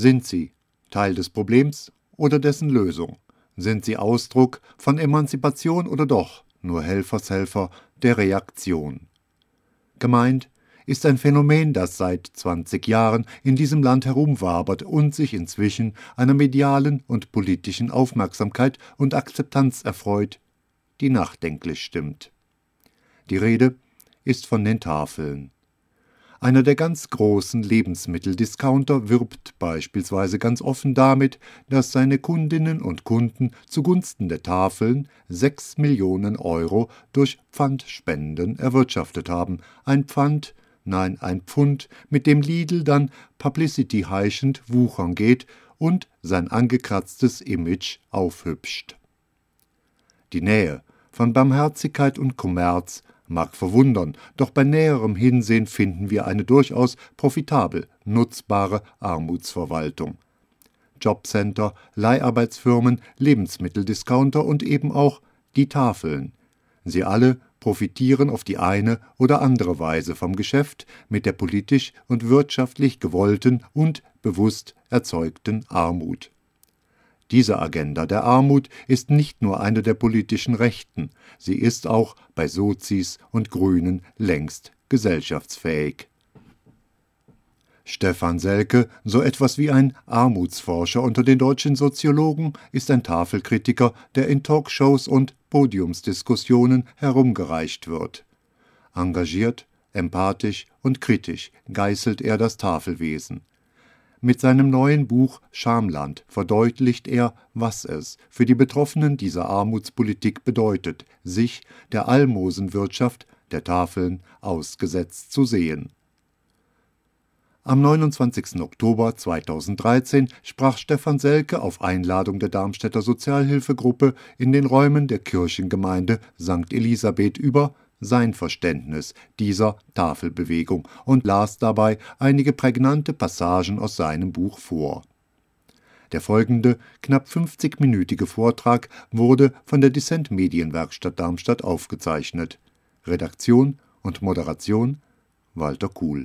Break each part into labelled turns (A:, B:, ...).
A: Sind sie Teil des Problems oder dessen Lösung? Sind sie Ausdruck von Emanzipation oder doch nur Helfershelfer der Reaktion? Gemeint ist ein Phänomen, das seit 20 Jahren in diesem Land herumwabert und sich inzwischen einer medialen und politischen Aufmerksamkeit und Akzeptanz erfreut, die nachdenklich stimmt. Die Rede ist von den Tafeln. Einer der ganz großen Lebensmitteldiscounter wirbt beispielsweise ganz offen damit, dass seine Kundinnen und Kunden zugunsten der Tafeln 6 Millionen Euro durch Pfandspenden erwirtschaftet haben. Ein Pfand, nein, ein Pfund, mit dem Lidl dann publicity-heischend wuchern geht und sein angekratztes Image aufhübscht. Die Nähe von Barmherzigkeit und Kommerz mag verwundern, doch bei näherem Hinsehen finden wir eine durchaus profitabel nutzbare Armutsverwaltung. Jobcenter, Leiharbeitsfirmen, Lebensmitteldiscounter und eben auch die Tafeln. Sie alle profitieren auf die eine oder andere Weise vom Geschäft mit der politisch und wirtschaftlich gewollten und bewusst erzeugten Armut. Diese Agenda der Armut ist nicht nur eine der politischen Rechten, sie ist auch bei Sozis und Grünen längst gesellschaftsfähig. Stefan Selke, so etwas wie ein Armutsforscher unter den deutschen Soziologen, ist ein Tafelkritiker, der in Talkshows und Podiumsdiskussionen herumgereicht wird. Engagiert, empathisch und kritisch geißelt er das Tafelwesen. Mit seinem neuen Buch Schamland verdeutlicht er, was es für die Betroffenen dieser Armutspolitik bedeutet, sich der Almosenwirtschaft der Tafeln ausgesetzt zu sehen. Am 29. Oktober 2013 sprach Stefan Selke auf Einladung der Darmstädter Sozialhilfegruppe in den Räumen der Kirchengemeinde St. Elisabeth über sein Verständnis dieser Tafelbewegung und las dabei einige prägnante Passagen aus seinem Buch vor. Der folgende, knapp 50-minütige Vortrag wurde von der Dissent Medienwerkstatt Darmstadt aufgezeichnet. Redaktion und Moderation Walter Kuhl.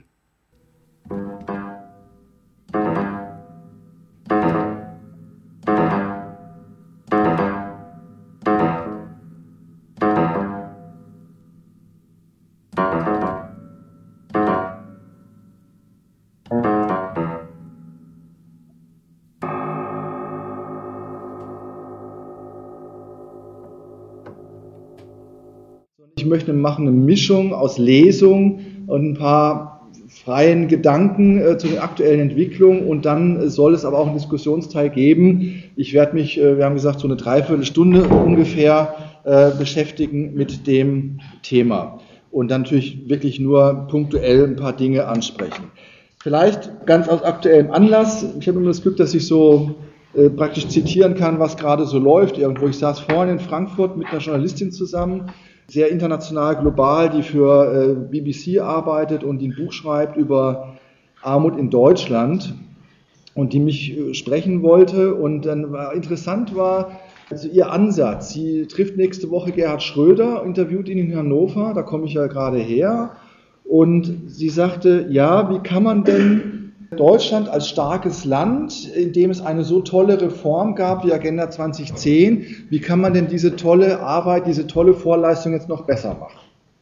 B: Ich möchte machen eine Mischung aus Lesung und ein paar freien Gedanken zu den aktuellen Entwicklungen und dann soll es aber auch einen Diskussionsteil geben. Ich werde mich, wir haben gesagt, so eine Dreiviertelstunde ungefähr beschäftigen mit dem Thema und dann natürlich wirklich nur punktuell ein paar Dinge ansprechen. Vielleicht ganz aus aktuellem Anlass. Ich habe immer das Glück, dass ich so praktisch zitieren kann, was gerade so läuft. Irgendwo, ich saß vorhin in Frankfurt mit einer Journalistin zusammen, sehr international, global, die für BBC arbeitet und die ein Buch schreibt über Armut in Deutschland und die mich sprechen wollte. Und dann interessant war also ihr Ansatz. Sie trifft nächste Woche Gerhard Schröder, interviewt ihn in Hannover, da komme ich ja gerade her. Und sie sagte, ja, wie kann man denn Deutschland als starkes Land, in dem es eine so tolle Reform gab wie Agenda 2010, wie kann man denn diese tolle Arbeit, diese tolle Vorleistung jetzt noch besser machen?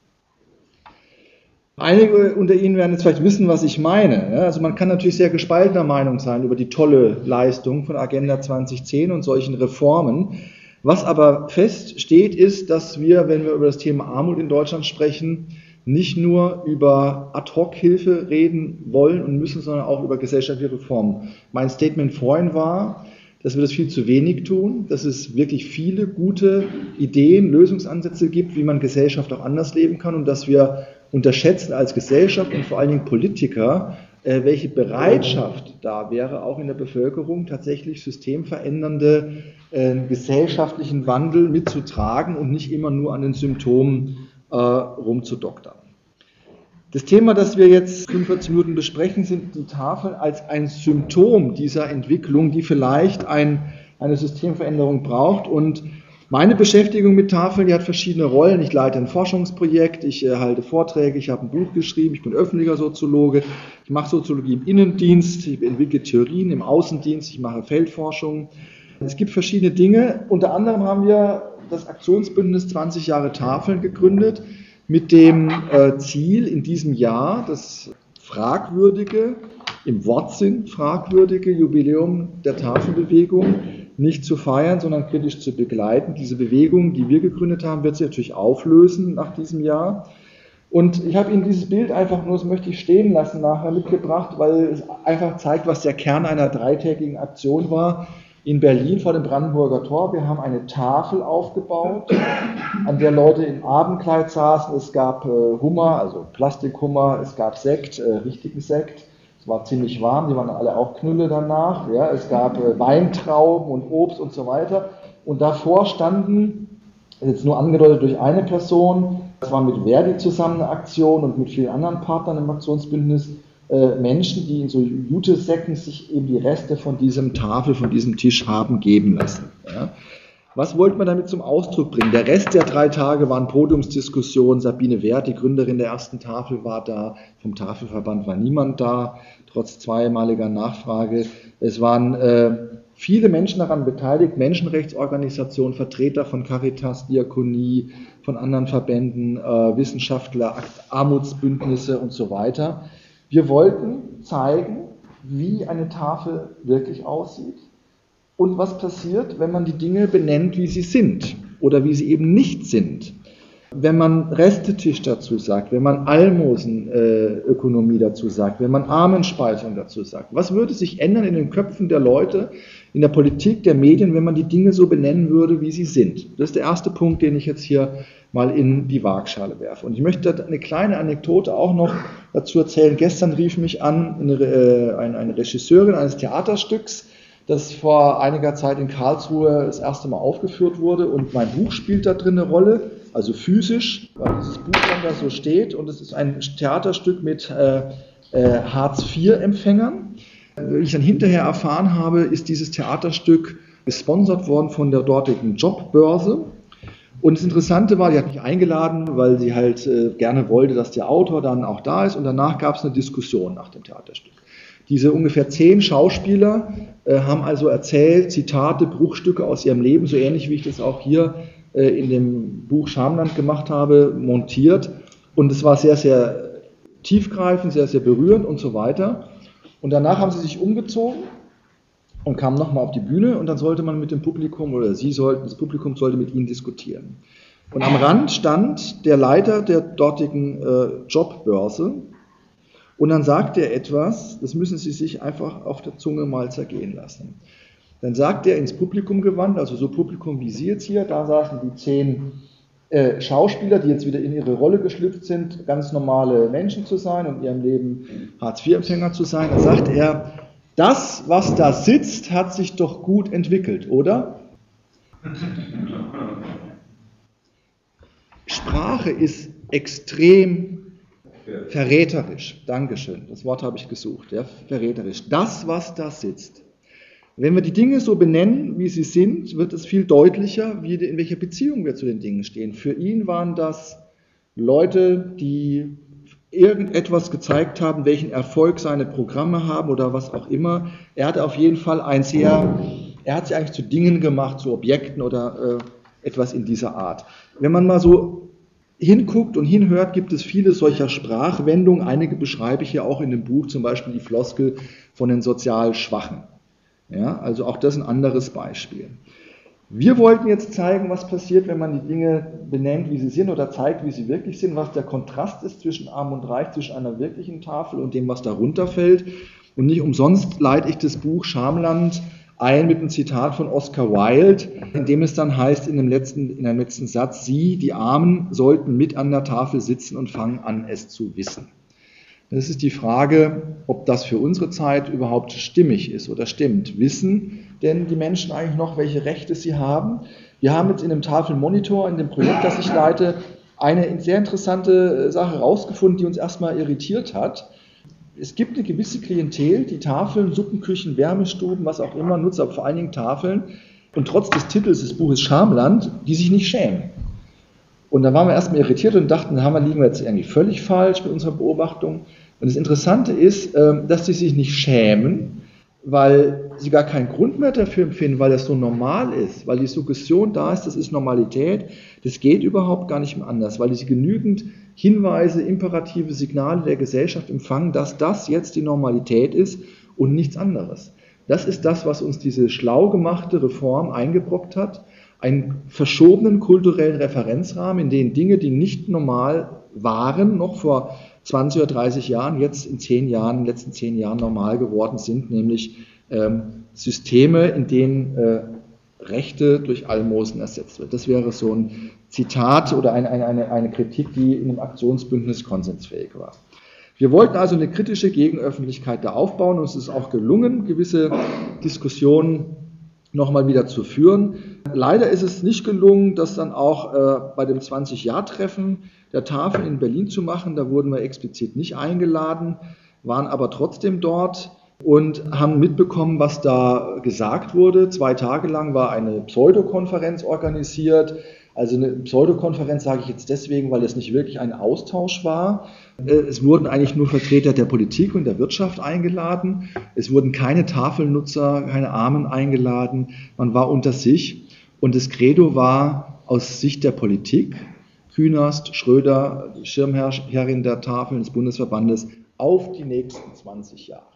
B: Einige unter Ihnen werden jetzt vielleicht wissen, was ich meine. Also man kann natürlich sehr gespaltener Meinung sein über die tolle Leistung von Agenda 2010 und solchen Reformen. Was aber feststeht, ist, dass wir, wenn wir über das Thema Armut in Deutschland sprechen, nicht nur über Ad-Hoc-Hilfe reden wollen und müssen, sondern auch über gesellschaftliche Reformen. Mein Statement vorhin war, dass wir das viel zu wenig tun, dass es wirklich viele gute Ideen, Lösungsansätze gibt, wie man Gesellschaft auch anders leben kann und dass wir unterschätzen als Gesellschaft und vor allen Dingen Politiker, welche Bereitschaft da wäre, auch in der Bevölkerung tatsächlich systemverändernde gesellschaftlichen Wandel mitzutragen und nicht immer nur an den Symptomen rumzudoktern. Das Thema, das wir jetzt 45 Minuten besprechen, sind die Tafeln als ein Symptom dieser Entwicklung, die vielleicht eine Systemveränderung braucht. Und Meine Beschäftigung mit Tafeln, die hat verschiedene Rollen. Ich leite ein Forschungsprojekt, ich halte Vorträge, ich habe ein Buch geschrieben, ich bin öffentlicher Soziologe, ich mache Soziologie im Innendienst, ich entwickle Theorien im Außendienst, ich mache Feldforschung. Es gibt verschiedene Dinge. Unter anderem haben wir das Aktionsbündnis 20 Jahre Tafeln gegründet mit dem Ziel, in diesem Jahr das fragwürdige, im Wortsinn fragwürdige Jubiläum der Tafelbewegung nicht zu feiern, sondern kritisch zu begleiten. Diese Bewegung, die wir gegründet haben, wird sich natürlich auflösen nach diesem Jahr. Und ich habe Ihnen dieses Bild einfach nur, das möchte ich stehen lassen, nachher mitgebracht, weil es einfach zeigt, was der Kern einer dreitägigen Aktion war. In Berlin vor dem Brandenburger Tor. Wir haben eine Tafel aufgebaut, an der Leute im Abendkleid saßen. Es gab Hummer, also Plastikhummer, es gab Sekt, richtigen Sekt. Es war ziemlich warm, die waren alle auch Knülle danach. Ja. Es gab Weintrauben und Obst und so weiter. Und davor standen, jetzt nur angedeutet durch eine Person, das war mit Verdi zusammen eine Aktion und mit vielen anderen Partnern im Aktionsbündnis, Menschen, die in so Jutesäcken sich eben die Reste von diesem Tafel, von diesem Tisch haben geben lassen. Ja. Was wollte man damit zum Ausdruck bringen? Der Rest der 3 Tage waren Podiumsdiskussionen. Sabine Werth, die Gründerin der ersten Tafel, war da. Vom Tafelverband war niemand da, trotz zweimaliger Nachfrage. Es waren viele Menschen daran beteiligt, Menschenrechtsorganisationen, Vertreter von Caritas, Diakonie, von anderen Verbänden, Wissenschaftler, Armutsbündnisse und so weiter. Wir wollten zeigen, wie eine Tafel wirklich aussieht und was passiert, wenn man die Dinge benennt, wie sie sind oder wie sie eben nicht sind. Wenn man Restetisch dazu sagt, wenn man Almosenökonomie dazu sagt, wenn man Armenspeisung dazu sagt. Was würde sich ändern in den Köpfen der Leute, in der Politik, der Medien, wenn man die Dinge so benennen würde, wie sie sind? Das ist der erste Punkt, den ich jetzt hier mal in die Waagschale werfe. Und ich möchte eine kleine Anekdote auch noch dazu erzählen. Gestern rief mich an eine Regisseurin eines Theaterstücks, das vor einiger Zeit in Karlsruhe das erste Mal aufgeführt wurde und mein Buch spielt da drin eine Rolle, also physisch, weil dieses Buch dann da so steht und es ist ein Theaterstück mit Hartz-IV-Empfängern. Wie ich dann hinterher erfahren habe, ist dieses Theaterstück gesponsert worden von der dortigen Jobbörse. Und das Interessante war, die hat mich eingeladen, weil sie halt gerne wollte, dass der Autor dann auch da ist und danach gab es eine Diskussion nach dem Theaterstück. Diese ungefähr 10 Schauspieler haben also erzählt, Zitate, Bruchstücke aus ihrem Leben, so ähnlich wie ich das auch hier in dem Buch Schamland gemacht habe, montiert. Und es war sehr, sehr tiefgreifend, sehr, sehr berührend und so weiter. Und danach haben sie sich umgezogen und kamen nochmal auf die Bühne und dann sollte man mit dem Publikum oder das Publikum sollte mit ihnen diskutieren. Und am Rand stand der Leiter der dortigen Jobbörse und dann sagte er etwas, das müssen Sie sich einfach auf der Zunge mal zergehen lassen. Dann sagte er ins Publikum gewandt, also so Publikum wie Sie jetzt hier, da saßen die 10 Schauspieler, die jetzt wieder in ihre Rolle geschlüpft sind, ganz normale Menschen zu sein und in ihrem Leben Hartz-IV-Empfänger zu sein. Da sagt er, das, was da sitzt, hat sich doch gut entwickelt, oder? Sprache ist extrem verräterisch. Dankeschön, das Wort habe ich gesucht. Ja, verräterisch. Das, was da sitzt. Wenn wir die Dinge so benennen, wie sie sind, wird es viel deutlicher, in welcher Beziehung wir zu den Dingen stehen. Für ihn waren das Leute, die irgendetwas gezeigt haben, welchen Erfolg seine Programme haben oder was auch immer. Er hatte auf jeden Fall er hat sie eigentlich zu Dingen gemacht, zu Objekten oder etwas in dieser Art. Wenn man mal so hinguckt und hinhört, gibt es viele solcher Sprachwendungen. Einige beschreibe ich ja auch in dem Buch, zum Beispiel die Floskel von den sozial Schwachen. Ja, also auch das ein anderes Beispiel. Wir wollten jetzt zeigen, was passiert, wenn man die Dinge benennt, wie sie sind oder zeigt, wie sie wirklich sind, was der Kontrast ist zwischen Arm und Reich, zwischen einer wirklichen Tafel und dem, was darunter fällt. Und nicht umsonst leite ich das Buch Schamland ein mit einem Zitat von Oscar Wilde, in dem es dann heißt in einem letzten Satz, Sie, die Armen, sollten mit an der Tafel sitzen und fangen an, es zu wissen. Das ist die Frage, ob das für unsere Zeit überhaupt stimmig ist oder stimmt. Wissen denn die Menschen eigentlich noch, welche Rechte sie haben? Wir haben jetzt in dem Tafelmonitor, in dem Projekt, das ich leite, eine sehr interessante Sache rausgefunden, die uns erstmal irritiert hat. Es gibt eine gewisse Klientel, die Tafeln, Suppenküchen, Wärmestuben, was auch immer nutzt, aber vor allen Dingen Tafeln, und trotz des Titels des Buches Schamland, die sich nicht schämen. Und da waren wir erstmal irritiert und dachten, liegen wir jetzt irgendwie völlig falsch mit unserer Beobachtung. Und das Interessante ist, dass sie sich nicht schämen, weil sie gar keinen Grund mehr dafür empfinden, weil das so normal ist, weil die Suggestion da ist, das ist Normalität, das geht überhaupt gar nicht mehr anders, weil sie genügend Hinweise, imperative Signale der Gesellschaft empfangen, dass das jetzt die Normalität ist und nichts anderes. Das ist das, was uns diese schlau gemachte Reform eingebrockt hat, einen verschobenen kulturellen Referenzrahmen, in dem Dinge, die nicht normal waren, noch vor 20 oder 30 Jahren, jetzt in den letzten 10 Jahren normal geworden sind, nämlich Systeme, in denen Rechte durch Almosen ersetzt wird. Das wäre so ein Zitat oder eine Kritik, die in dem Aktionsbündnis konsensfähig war. Wir wollten also eine kritische Gegenöffentlichkeit da aufbauen und es ist auch gelungen, gewisse Diskussionen nochmal wieder zu führen. Leider ist es nicht gelungen, das dann auch bei dem 20-Jahr-Treffen der Tafel in Berlin zu machen. Da wurden wir explizit nicht eingeladen, waren aber trotzdem dort und haben mitbekommen, was da gesagt wurde. 2 Tage lang war eine Pseudokonferenz organisiert. Also eine Pseudokonferenz sage ich jetzt deswegen, weil es nicht wirklich ein Austausch war. Es wurden eigentlich nur Vertreter der Politik und der Wirtschaft eingeladen. Es wurden keine Tafelnutzer, keine Armen eingeladen. Man war unter sich. Und das Credo war aus Sicht der Politik, Künast, Schröder, Schirmherrin der Tafeln des Bundesverbandes, auf die nächsten 20 Jahre.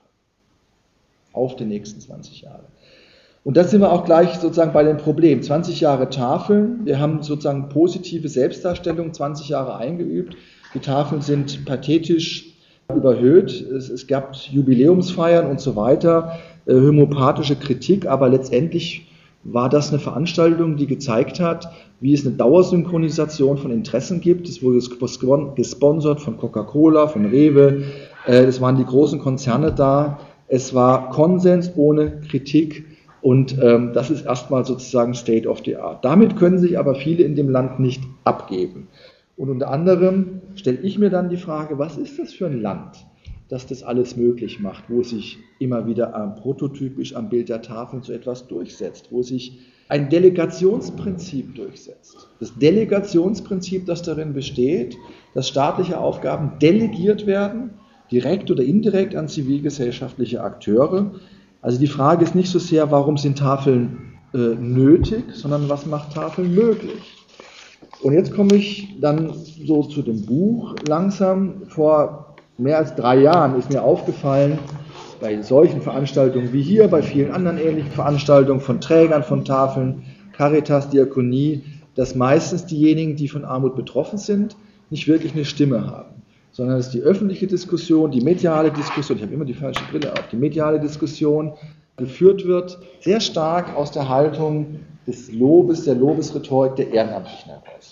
B: Auf die nächsten 20 Jahre. Und da sind wir auch gleich sozusagen bei dem Problem. 20 Jahre Tafeln, wir haben sozusagen positive Selbstdarstellung 20 Jahre eingeübt. Die Tafeln sind pathetisch überhöht. Es gab Jubiläumsfeiern und so weiter, homöopathische Kritik, aber letztendlich war das eine Veranstaltung, die gezeigt hat, wie es eine Dauersynchronisation von Interessen gibt. Es wurde gesponsert von Coca-Cola, von Rewe, es waren die großen Konzerne da, es war Konsens ohne Kritik. Und das ist erstmal sozusagen State of the Art. Damit können sich aber viele in dem Land nicht abgeben. Und unter anderem stelle ich mir dann die Frage, was ist das für ein Land, das das alles möglich macht, wo sich immer wieder prototypisch am Bild der Tafeln so etwas durchsetzt, wo sich ein Delegationsprinzip durchsetzt. Das Delegationsprinzip, das darin besteht, dass staatliche Aufgaben delegiert werden, direkt oder indirekt an zivilgesellschaftliche Akteure. Also die Frage ist nicht so sehr, warum sind Tafeln nötig, sondern was macht Tafeln möglich? Und jetzt komme ich dann so zu dem Buch langsam. Vor mehr als 3 Jahren ist mir aufgefallen, bei solchen Veranstaltungen wie hier, bei vielen anderen ähnlichen Veranstaltungen von Trägern von Tafeln, Caritas, Diakonie, dass meistens diejenigen, die von Armut betroffen sind, nicht wirklich eine Stimme haben, sondern dass die öffentliche Diskussion, die mediale Diskussion, ich habe immer die falsche Brille auf, die mediale Diskussion geführt wird, sehr stark aus der Haltung des Lobes, der Lobesrhetorik der Ehrenamtlichen heraus.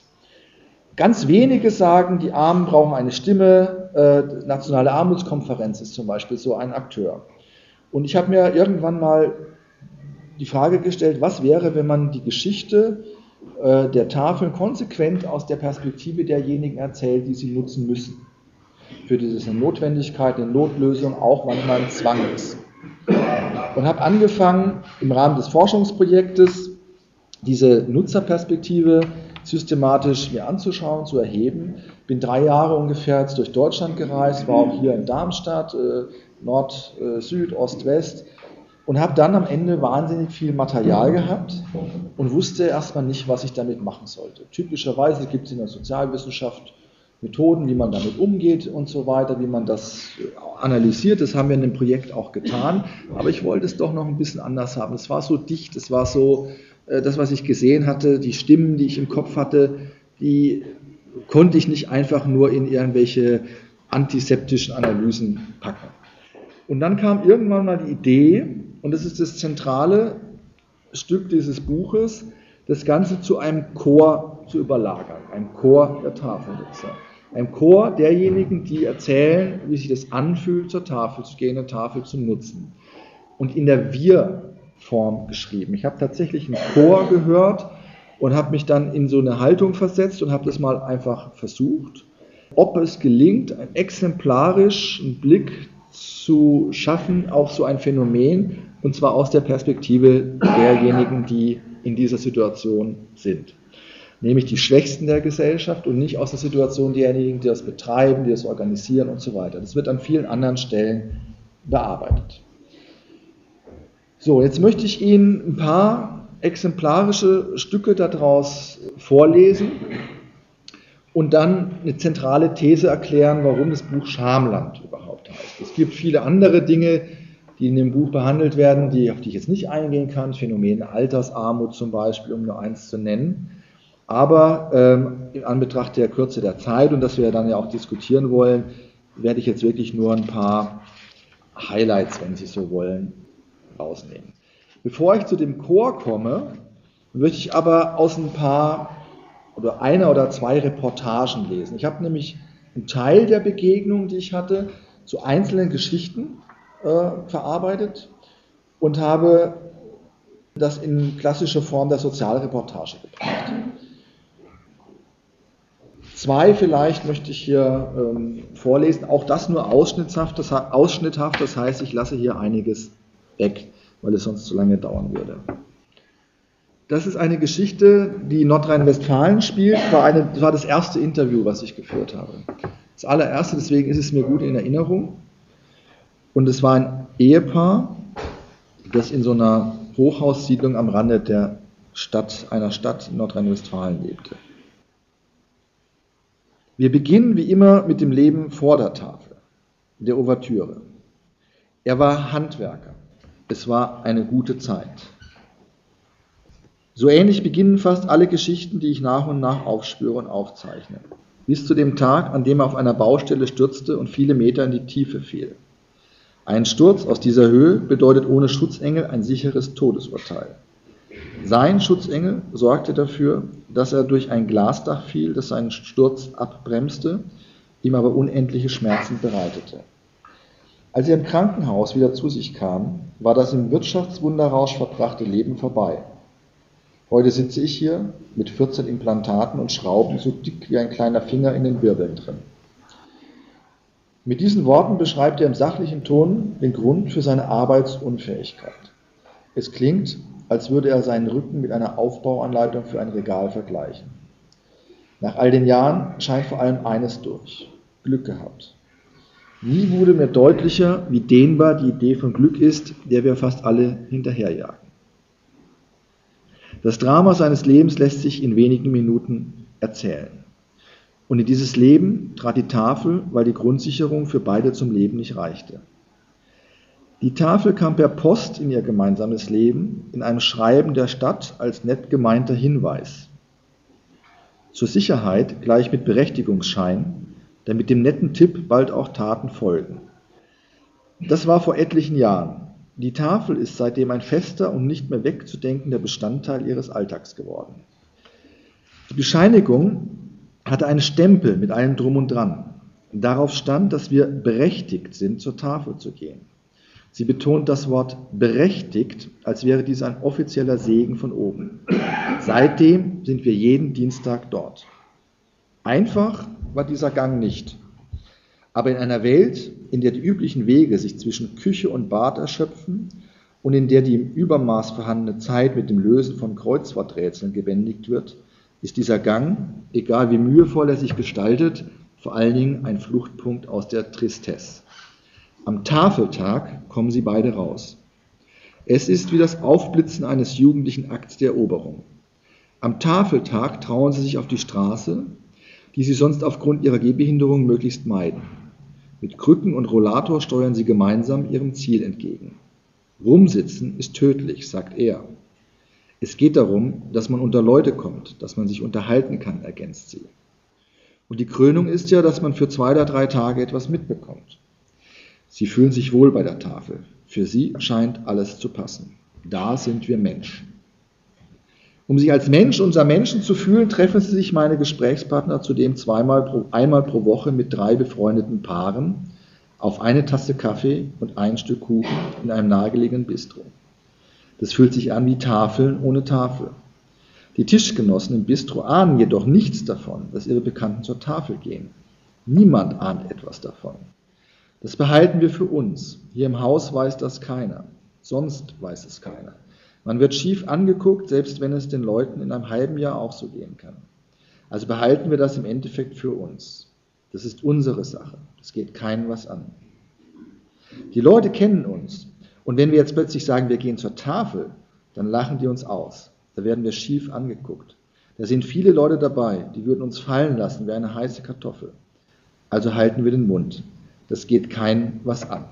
B: Ganz wenige sagen, die Armen brauchen eine Stimme, Nationale Armutskonferenz ist zum Beispiel so ein Akteur. Und ich habe mir irgendwann mal die Frage gestellt, was wäre, wenn man die Geschichte der Tafeln konsequent aus der Perspektive derjenigen erzählt, die sie nutzen müssen. Für diese Notwendigkeit, eine Notlösung, auch manchmal ein Zwang ist. Und habe angefangen, im Rahmen des Forschungsprojektes diese Nutzerperspektive systematisch mir anzuschauen, zu erheben. Bin 3 Jahre ungefähr jetzt durch Deutschland gereist, war auch hier in Darmstadt, Nord, Süd, Ost, West und habe dann am Ende wahnsinnig viel Material gehabt und wusste erstmal nicht, was ich damit machen sollte. Typischerweise gibt es in der Sozialwissenschaft Methoden, wie man damit umgeht und so weiter, wie man das analysiert. Das haben wir in dem Projekt auch getan, aber ich wollte es doch noch ein bisschen anders haben. Es war so dicht, es war so, das, was ich gesehen hatte, die Stimmen, die ich im Kopf hatte, die konnte ich nicht einfach nur in irgendwelche antiseptischen Analysen packen. Und dann kam irgendwann mal die Idee, und das ist das zentrale Stück dieses Buches, das Ganze zu einem Chor zu überlagern, ein Chor der Tafelnutzer. Ein Chor derjenigen, die erzählen, wie sich das anfühlt, zur Tafel zu gehen, eine Tafel zu nutzen. Und in der Wir-Form geschrieben. Ich habe tatsächlich einen Chor gehört und habe mich dann in so eine Haltung versetzt und habe das mal einfach versucht, ob es gelingt, einen exemplarischen Blick zu schaffen auf so ein Phänomen, und zwar aus der Perspektive derjenigen, die in dieser Situation sind. Nämlich die Schwächsten der Gesellschaft und nicht aus der Situation diejenigen, die das betreiben, die das organisieren und so weiter. Das wird an vielen anderen Stellen bearbeitet. So, jetzt möchte ich Ihnen ein paar exemplarische Stücke daraus vorlesen und dann eine zentrale These erklären, warum das Buch Schamland überhaupt heißt. Es gibt viele andere Dinge, die in dem Buch behandelt werden, auf die ich jetzt nicht eingehen kann, Phänomen Altersarmut zum Beispiel, um nur eins zu nennen. Aber in Anbetracht der Kürze der Zeit und dass wir dann ja auch diskutieren wollen, werde ich jetzt wirklich nur ein paar Highlights, wenn Sie so wollen, rausnehmen. Bevor ich zu dem Chor komme, möchte ich aber aus ein paar oder einer oder zwei Reportagen lesen. Ich habe nämlich einen Teil der Begegnung, die ich hatte, zu einzelnen Geschichten verarbeitet und habe das in klassische Form der Sozialreportage gebracht. Zwei vielleicht möchte ich hier vorlesen, auch das nur ausschnitthaft, das heißt, ich lasse hier einiges weg, weil es sonst zu lange dauern würde. Das ist eine Geschichte, die in Nordrhein-Westfalen spielt, war das erste Interview, was ich geführt habe. Das allererste, deswegen ist es mir gut in Erinnerung. Und es war ein Ehepaar, das in so einer Hochhaussiedlung am Rande einer Stadt in Nordrhein-Westfalen lebte. Wir beginnen wie immer mit dem Leben vor der Tafel, der Ouvertüre. Er war Handwerker. Es war eine gute Zeit. So ähnlich beginnen fast alle Geschichten, die ich nach und nach aufspüre und aufzeichne. Bis zu dem Tag, an dem er auf einer Baustelle stürzte und viele Meter in die Tiefe fiel. Ein Sturz aus dieser Höhe bedeutet ohne Schutzengel ein sicheres Todesurteil. Sein Schutzengel sorgte dafür, dass er durch ein Glasdach fiel, das seinen Sturz abbremste, ihm aber unendliche Schmerzen bereitete. Als er im Krankenhaus wieder zu sich kam, war das im Wirtschaftswunderrausch verbrachte Leben vorbei. Heute sitze ich hier mit 14 Implantaten und Schrauben so dick wie ein kleiner Finger in den Wirbeln drin. Mit diesen Worten beschreibt er im sachlichen Ton den Grund für seine Arbeitsunfähigkeit. Es klingt, als würde er seinen Rücken mit einer Aufbauanleitung für ein Regal vergleichen. Nach all den Jahren scheint vor allem eines durch: Glück gehabt. Nie wurde mir deutlicher, wie dehnbar die Idee von Glück ist, der wir fast alle hinterherjagen. Das Drama seines Lebens lässt sich in wenigen Minuten erzählen. Und in dieses Leben trat die Tafel, weil die Grundsicherung für beide zum Leben nicht reichte. Die Tafel kam per Post in ihr gemeinsames Leben, in einem Schreiben der Stadt als nett gemeinter Hinweis. Zur Sicherheit gleich mit Berechtigungsschein, damit dem netten Tipp bald auch Taten folgen. Das war vor etlichen Jahren. Die Tafel ist seitdem ein fester und nicht mehr wegzudenkender Bestandteil ihres Alltags geworden. Die Bescheinigung hatte einen Stempel mit allem Drum und Dran. Darauf stand, dass wir berechtigt sind, zur Tafel zu gehen. Sie betont das Wort berechtigt, als wäre dies ein offizieller Segen von oben. Seitdem sind wir jeden Dienstag dort. Einfach war dieser Gang nicht. Aber in einer Welt, in der die üblichen Wege sich zwischen Küche und Bad erschöpfen und in der die im Übermaß vorhandene Zeit mit dem Lösen von Kreuzworträtseln gebändigt wird, ist dieser Gang, egal wie mühevoll er sich gestaltet, vor allen Dingen ein Fluchtpunkt aus der Tristesse. Am Tafeltag kommen sie beide raus. Es ist wie das Aufblitzen eines jugendlichen Akts der Eroberung. Am Tafeltag trauen sie sich auf die Straße, die sie sonst aufgrund ihrer Gehbehinderung möglichst meiden. Mit Krücken und Rollator steuern sie gemeinsam ihrem Ziel entgegen. Rumsitzen ist tödlich, sagt er. Es geht darum, dass man unter Leute kommt, dass man sich unterhalten kann, ergänzt sie. Und die Krönung ist ja, dass man für 2 oder 3 Tage etwas mitbekommt. Sie fühlen sich wohl bei der Tafel. Für sie scheint alles zu passen. Da sind wir Menschen. Um sich als Mensch unter Menschen zu fühlen, treffen sich meine Gesprächspartner zudem einmal pro Woche mit 3 befreundeten Paaren auf eine Tasse Kaffee und ein Stück Kuchen in einem nahegelegenen Bistro. Das fühlt sich an wie Tafeln ohne Tafel. Die Tischgenossen im Bistro ahnen jedoch nichts davon, dass ihre Bekannten zur Tafel gehen. Niemand ahnt etwas davon. Das behalten wir für uns. Hier im Haus weiß das keiner. Sonst weiß es keiner. Man wird schief angeguckt, selbst wenn es den Leuten in einem halben Jahr auch so gehen kann. Also behalten wir das im Endeffekt für uns. Das ist unsere Sache. Das geht keinem was an. Die Leute kennen uns. Und wenn wir jetzt plötzlich sagen, wir gehen zur Tafel, dann lachen die uns aus. Da werden wir schief angeguckt. Da sind viele Leute dabei, die würden uns fallen lassen wie eine heiße Kartoffel. Also halten wir den Mund. Das geht keinem was an.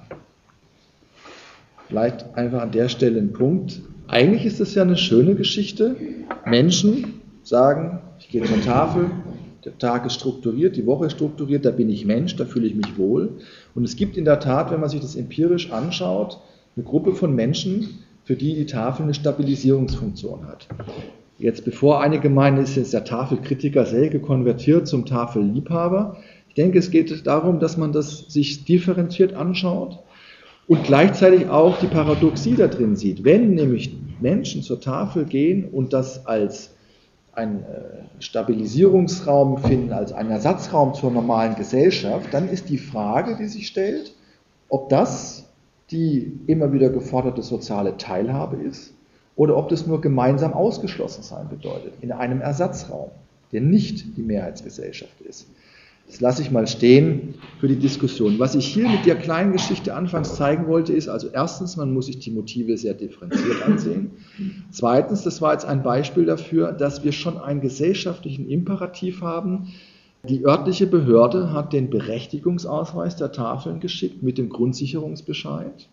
B: Vielleicht einfach an der Stelle ein Punkt. Eigentlich ist es ja eine schöne Geschichte. Menschen sagen, ich gehe zur Tafel, der Tag ist strukturiert, die Woche ist strukturiert, da bin ich Mensch, da fühle ich mich wohl. Und es gibt in der Tat, wenn man sich das empirisch anschaut, eine Gruppe von Menschen, für die die Tafel eine Stabilisierungsfunktion hat. Jetzt, bevor einige meinen, ist jetzt der Tafelkritiker Selke konvertiert zum Tafelliebhaber. Ich denke, es geht darum, dass man das sich differenziert anschaut und gleichzeitig auch die Paradoxie da drin sieht. Wenn nämlich Menschen zur Tafel gehen und das als einen Stabilisierungsraum finden, als einen Ersatzraum zur normalen Gesellschaft, dann ist die Frage, die sich stellt, ob das die immer wieder geforderte soziale Teilhabe ist oder ob das nur gemeinsam ausgeschlossen sein bedeutet, in einem Ersatzraum, der nicht die Mehrheitsgesellschaft ist. Das lasse ich mal stehen für die Diskussion. Was ich hier mit der kleinen Geschichte anfangs zeigen wollte, ist also erstens, man muss sich die Motive sehr differenziert ansehen. Zweitens, das war jetzt ein Beispiel dafür, dass wir schon einen gesellschaftlichen Imperativ haben. Die örtliche Behörde hat den Berechtigungsausweis der Tafeln geschickt mit dem Grundsicherungsbescheid,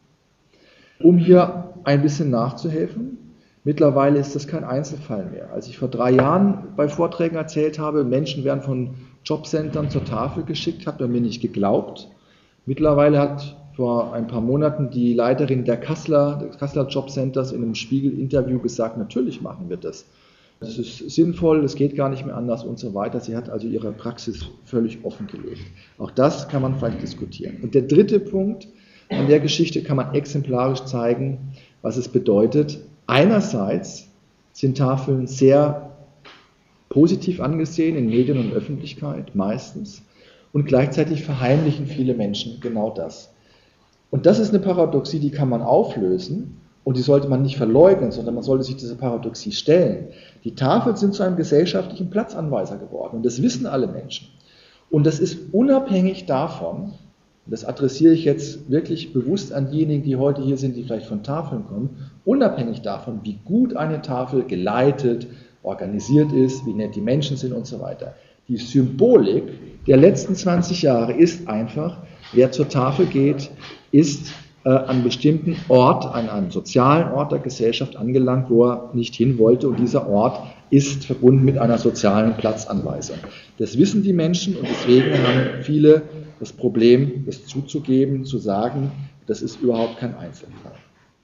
B: um hier ein bisschen nachzuhelfen. Mittlerweile ist das kein Einzelfall mehr. Als ich vor 3 Jahren bei Vorträgen erzählt habe, Menschen werden von Jobcentern zur Tafel geschickt, hat man mir nicht geglaubt. Mittlerweile hat vor ein paar Monaten die Leiterin des Kasseler Jobcenters in einem Spiegel-Interview gesagt, natürlich machen wir das. Das ist sinnvoll, das geht gar nicht mehr anders und so weiter. Sie hat also ihre Praxis völlig offengelegt. Auch das kann man vielleicht diskutieren. Und der dritte Punkt, an der Geschichte kann man exemplarisch zeigen, was es bedeutet. Einerseits sind Tafeln sehr positiv angesehen in Medien und Öffentlichkeit, meistens, und gleichzeitig verheimlichen viele Menschen genau das. Und das ist eine Paradoxie, die kann man auflösen und die sollte man nicht verleugnen, sondern man sollte sich dieser Paradoxie stellen. Die Tafeln sind zu einem gesellschaftlichen Platzanweiser geworden und das wissen alle Menschen. Und das ist unabhängig davon, das adressiere ich jetzt wirklich bewusst an diejenigen, die heute hier sind, die vielleicht von Tafeln kommen, unabhängig davon, wie gut eine Tafel geleitet, organisiert ist, wie nett die Menschen sind und so weiter. Die Symbolik der letzten 20 Jahre ist einfach, wer zur Tafel geht, ist an einem bestimmten Ort, an einem sozialen Ort der Gesellschaft angelangt, wo er nicht hin wollte, und dieser Ort ist verbunden mit einer sozialen Platzanweisung. Das wissen die Menschen und deswegen haben viele das Problem, das zuzugeben, zu sagen, das ist überhaupt kein Einzelfall.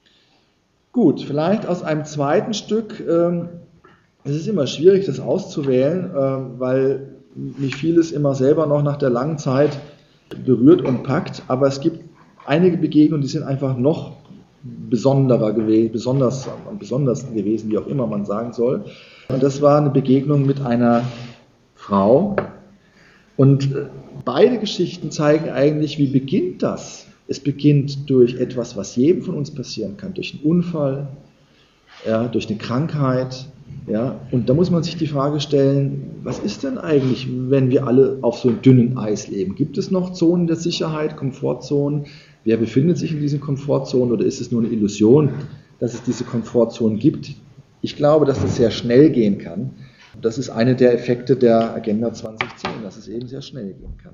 B: Gut, vielleicht aus einem zweiten Stück. Es ist immer schwierig, das auszuwählen, weil mich vieles immer selber noch nach der langen Zeit berührt und packt, aber es gibt einige Begegnungen, die sind einfach noch besonderer gewesen, besonders am besondersten gewesen, wie auch immer man sagen soll. Und das war eine Begegnung mit einer Frau. Und beide Geschichten zeigen eigentlich, wie beginnt das? Es beginnt durch etwas, was jedem von uns passieren kann, durch einen Unfall, ja, durch eine Krankheit. Ja, und da muss man sich die Frage stellen, was ist denn eigentlich, wenn wir alle auf so einem dünnen Eis leben? Gibt es noch Zonen der Sicherheit, Komfortzonen? Wer befindet sich in diesen Komfortzonen oder ist es nur eine Illusion, dass es diese Komfortzonen gibt? Ich glaube, dass das sehr schnell gehen kann. Und das ist einer der Effekte der Agenda 2010, dass es eben sehr schnell gehen kann.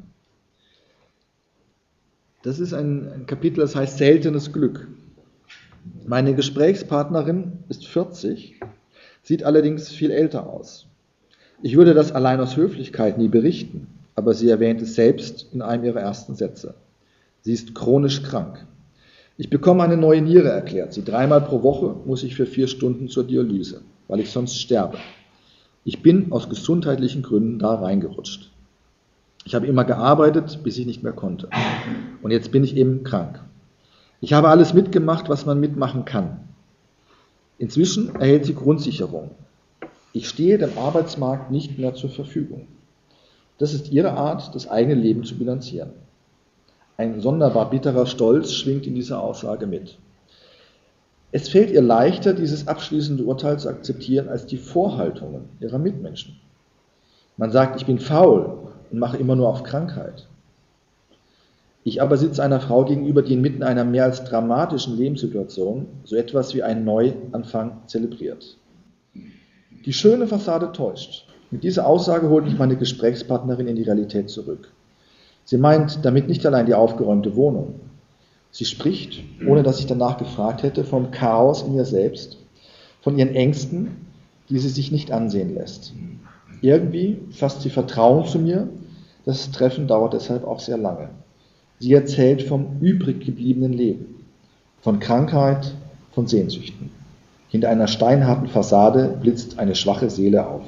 B: Das ist ein Kapitel, das heißt seltenes Glück. Meine Gesprächspartnerin ist 40, sieht allerdings viel älter aus. Ich würde das allein aus Höflichkeit nie berichten, aber sie erwähnt es selbst in einem ihrer ersten Sätze. Sie ist chronisch krank. Ich bekomme eine neue Niere, erklärt sie. 3-mal pro Woche muss ich für 4 Stunden zur Dialyse, weil ich sonst sterbe. Ich bin aus gesundheitlichen Gründen da reingerutscht. Ich habe immer gearbeitet, bis ich nicht mehr konnte. Und jetzt bin ich eben krank. Ich habe alles mitgemacht, was man mitmachen kann. Inzwischen erhält sie Grundsicherung. Ich stehe dem Arbeitsmarkt nicht mehr zur Verfügung. Das ist ihre Art, das eigene Leben zu bilanzieren. Ein sonderbar bitterer Stolz schwingt in dieser Aussage mit. Es fällt ihr leichter, dieses abschließende Urteil zu akzeptieren, als die Vorhaltungen ihrer Mitmenschen. Man sagt, ich bin faul und mache immer nur auf Krankheit. Ich aber sitze einer Frau gegenüber, die inmitten einer mehr als dramatischen Lebenssituation so etwas wie einen Neuanfang zelebriert. Die schöne Fassade täuscht. Mit dieser Aussage holt mich meine Gesprächspartnerin in die Realität zurück. Sie meint damit nicht allein die aufgeräumte Wohnung. Sie spricht, ohne dass ich danach gefragt hätte, vom Chaos in ihr selbst, von ihren Ängsten, die sie sich nicht ansehen lässt. Irgendwie fasst sie Vertrauen zu mir, das Treffen dauert deshalb auch sehr lange. Sie erzählt vom übrig gebliebenen Leben, von Krankheit, von Sehnsüchten. Hinter einer steinharten Fassade blitzt eine schwache Seele auf.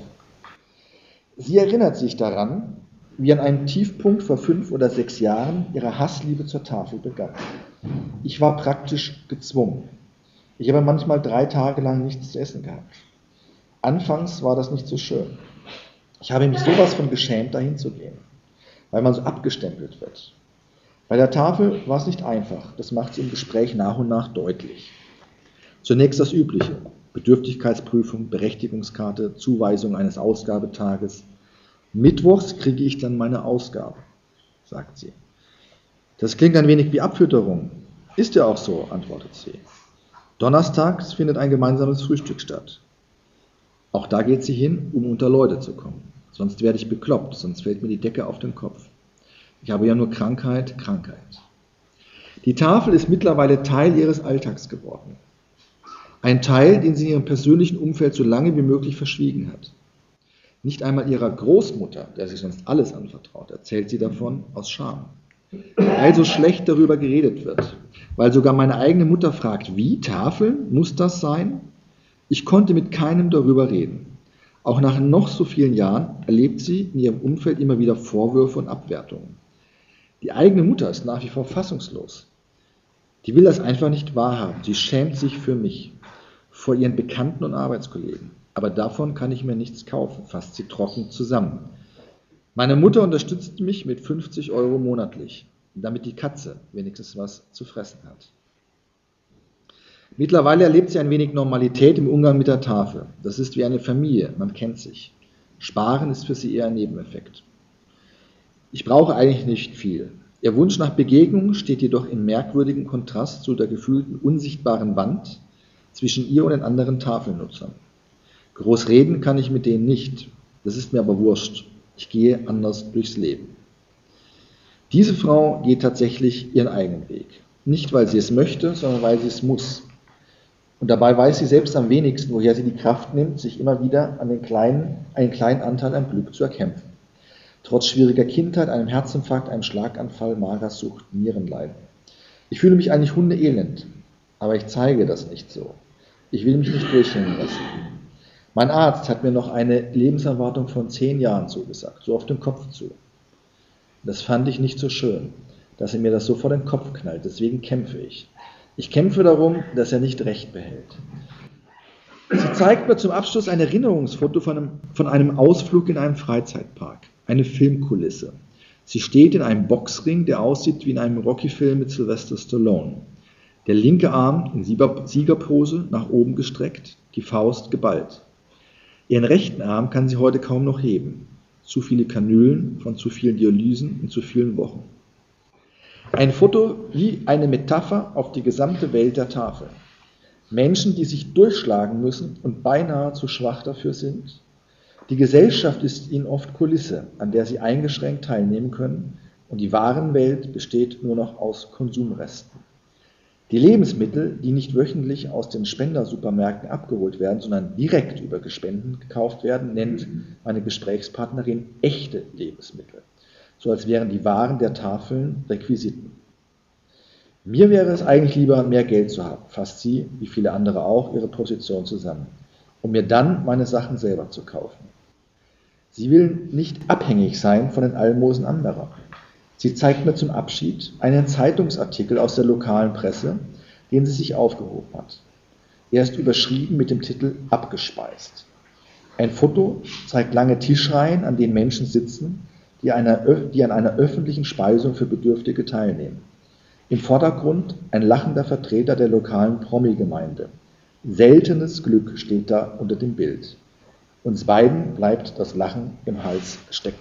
B: Sie erinnert sich daran, wie an einem Tiefpunkt vor 5 oder 6 Jahren ihre Hassliebe zur Tafel begann. Ich war praktisch gezwungen. Ich habe manchmal 3 Tage lang nichts zu essen gehabt. Anfangs war das nicht so schön. Ich habe mich sowas von geschämt, dahin zu gehen, weil man so abgestempelt wird. Bei der Tafel war es nicht einfach, das macht sie im Gespräch nach und nach deutlich. Zunächst das Übliche, Bedürftigkeitsprüfung, Berechtigungskarte, Zuweisung eines Ausgabetages. Mittwochs kriege ich dann meine Ausgabe, sagt sie. Das klingt ein wenig wie Abfütterung. Ist ja auch so, antwortet sie. Donnerstags findet ein gemeinsames Frühstück statt. Auch da geht sie hin, um unter Leute zu kommen. Sonst werde ich bekloppt, sonst fällt mir die Decke auf den Kopf. Ich habe ja nur Krankheit, Krankheit. Die Tafel ist mittlerweile Teil ihres Alltags geworden. Ein Teil, den sie in ihrem persönlichen Umfeld so lange wie möglich verschwiegen hat. Nicht einmal ihrer Großmutter, der sie sonst alles anvertraut, erzählt sie davon aus Scham. Weil so schlecht darüber geredet wird. Weil sogar meine eigene Mutter fragt, wie, Tafeln, muss das sein? Ich konnte mit keinem darüber reden. Auch nach noch so vielen Jahren erlebt sie in ihrem Umfeld immer wieder Vorwürfe und Abwertungen. Die eigene Mutter ist nach wie vor fassungslos. Die will das einfach nicht wahrhaben. Sie schämt sich für mich, vor ihren Bekannten und Arbeitskollegen. Aber davon kann ich mir nichts kaufen, fasst sie trocken zusammen. Meine Mutter unterstützt mich mit 50 € monatlich, damit die Katze wenigstens was zu fressen hat. Mittlerweile erlebt sie ein wenig Normalität im Umgang mit der Tafel. Das ist wie eine Familie, man kennt sich. Sparen ist für sie eher ein Nebeneffekt. Ich brauche eigentlich nicht viel. Ihr Wunsch nach Begegnung steht jedoch im merkwürdigen Kontrast zu der gefühlten unsichtbaren Wand zwischen ihr und den anderen Tafelnutzern. Groß reden kann ich mit denen nicht, das ist mir aber wurscht. Ich gehe anders durchs Leben. Diese Frau geht tatsächlich ihren eigenen Weg. Nicht, weil sie es möchte, sondern weil sie es muss. Und dabei weiß sie selbst am wenigsten, woher sie die Kraft nimmt, sich immer wieder einen kleinen Anteil an Glück zu erkämpfen. Trotz schwieriger Kindheit, einem Herzinfarkt, einem Schlaganfall, Magersucht, Nierenleiden. Ich fühle mich eigentlich hundeelend, aber ich zeige das nicht so. Ich will mich nicht durchhängen lassen. Mein Arzt hat mir noch eine Lebenserwartung von 10 Jahren zugesagt, so auf den Kopf zu. Das fand ich nicht so schön, dass er mir das so vor den Kopf knallt, deswegen kämpfe ich. Ich kämpfe darum, dass er nicht Recht behält. Sie zeigt mir zum Abschluss ein Erinnerungsfoto von einem Ausflug in einem Freizeitpark, eine Filmkulisse. Sie steht in einem Boxring, der aussieht wie in einem Rocky-Film mit Sylvester Stallone. Der linke Arm in Siegerpose nach oben gestreckt, die Faust geballt. Ihren rechten Arm kann sie heute kaum noch heben. Zu viele Kanülen von zu vielen Dialysen in zu vielen Wochen. Ein Foto wie eine Metapher auf die gesamte Welt der Tafel. Menschen, die sich durchschlagen müssen und beinahe zu schwach dafür sind. Die Gesellschaft ist ihnen oft Kulisse, an der sie eingeschränkt teilnehmen können, und die Warenwelt besteht nur noch aus Konsumresten. Die Lebensmittel, die nicht wöchentlich aus den Spendersupermärkten abgeholt werden, sondern direkt über Spenden gekauft werden, nennt meine Gesprächspartnerin echte Lebensmittel. So als wären die Waren der Tafeln Requisiten. Mir wäre es eigentlich lieber, mehr Geld zu haben, fasst sie, wie viele andere auch, ihre Position zusammen, um mir dann meine Sachen selber zu kaufen. Sie will nicht abhängig sein von den Almosen anderer. Sie zeigt mir zum Abschied einen Zeitungsartikel aus der lokalen Presse, den sie sich aufgehoben hat. Er ist überschrieben mit dem Titel Abgespeist. Ein Foto zeigt lange Tischreihen, an denen Menschen sitzen, die an einer öffentlichen Speisung für Bedürftige teilnehmen. Im Vordergrund ein lachender Vertreter der lokalen Promi-Gemeinde. Seltenes Glück steht da unter dem Bild. Uns beiden bleibt das Lachen im Hals stecken.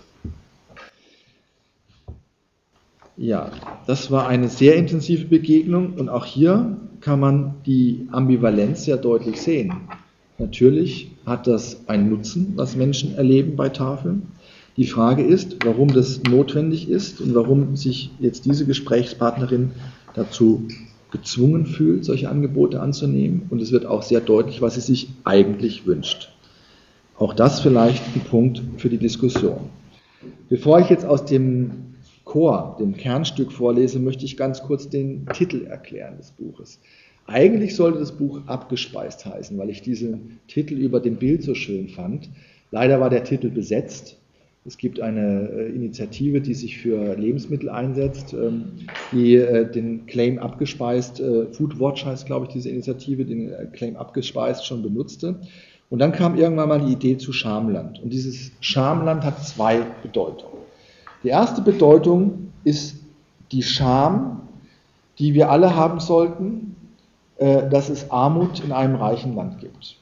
B: Ja, das war eine sehr intensive Begegnung und auch hier kann man die Ambivalenz sehr deutlich sehen. Natürlich hat das einen Nutzen, was Menschen erleben bei Tafeln. Die Frage ist, warum das notwendig ist und warum sich jetzt diese Gesprächspartnerin dazu gezwungen fühlt, solche Angebote anzunehmen. Und es wird auch sehr deutlich, was sie sich eigentlich wünscht. Auch das vielleicht ein Punkt für die Diskussion. Bevor ich jetzt aus dem Chor, dem Kernstück vorlese, möchte ich ganz kurz den Titel erklären des Buches. Eigentlich sollte das Buch Abgespeist heißen, weil ich diesen Titel über dem Bild so schön fand. Leider war der Titel besetzt. Es gibt eine Initiative, die sich für Lebensmittel einsetzt, die den Claim abgespeist, Foodwatch heißt, glaube ich, diese Initiative, den Claim abgespeist schon benutzte. Und dann kam irgendwann mal die Idee zu Schamland. Und dieses Schamland hat zwei Bedeutungen. Die erste Bedeutung ist die Scham, die wir alle haben sollten, dass es Armut in einem reichen Land gibt.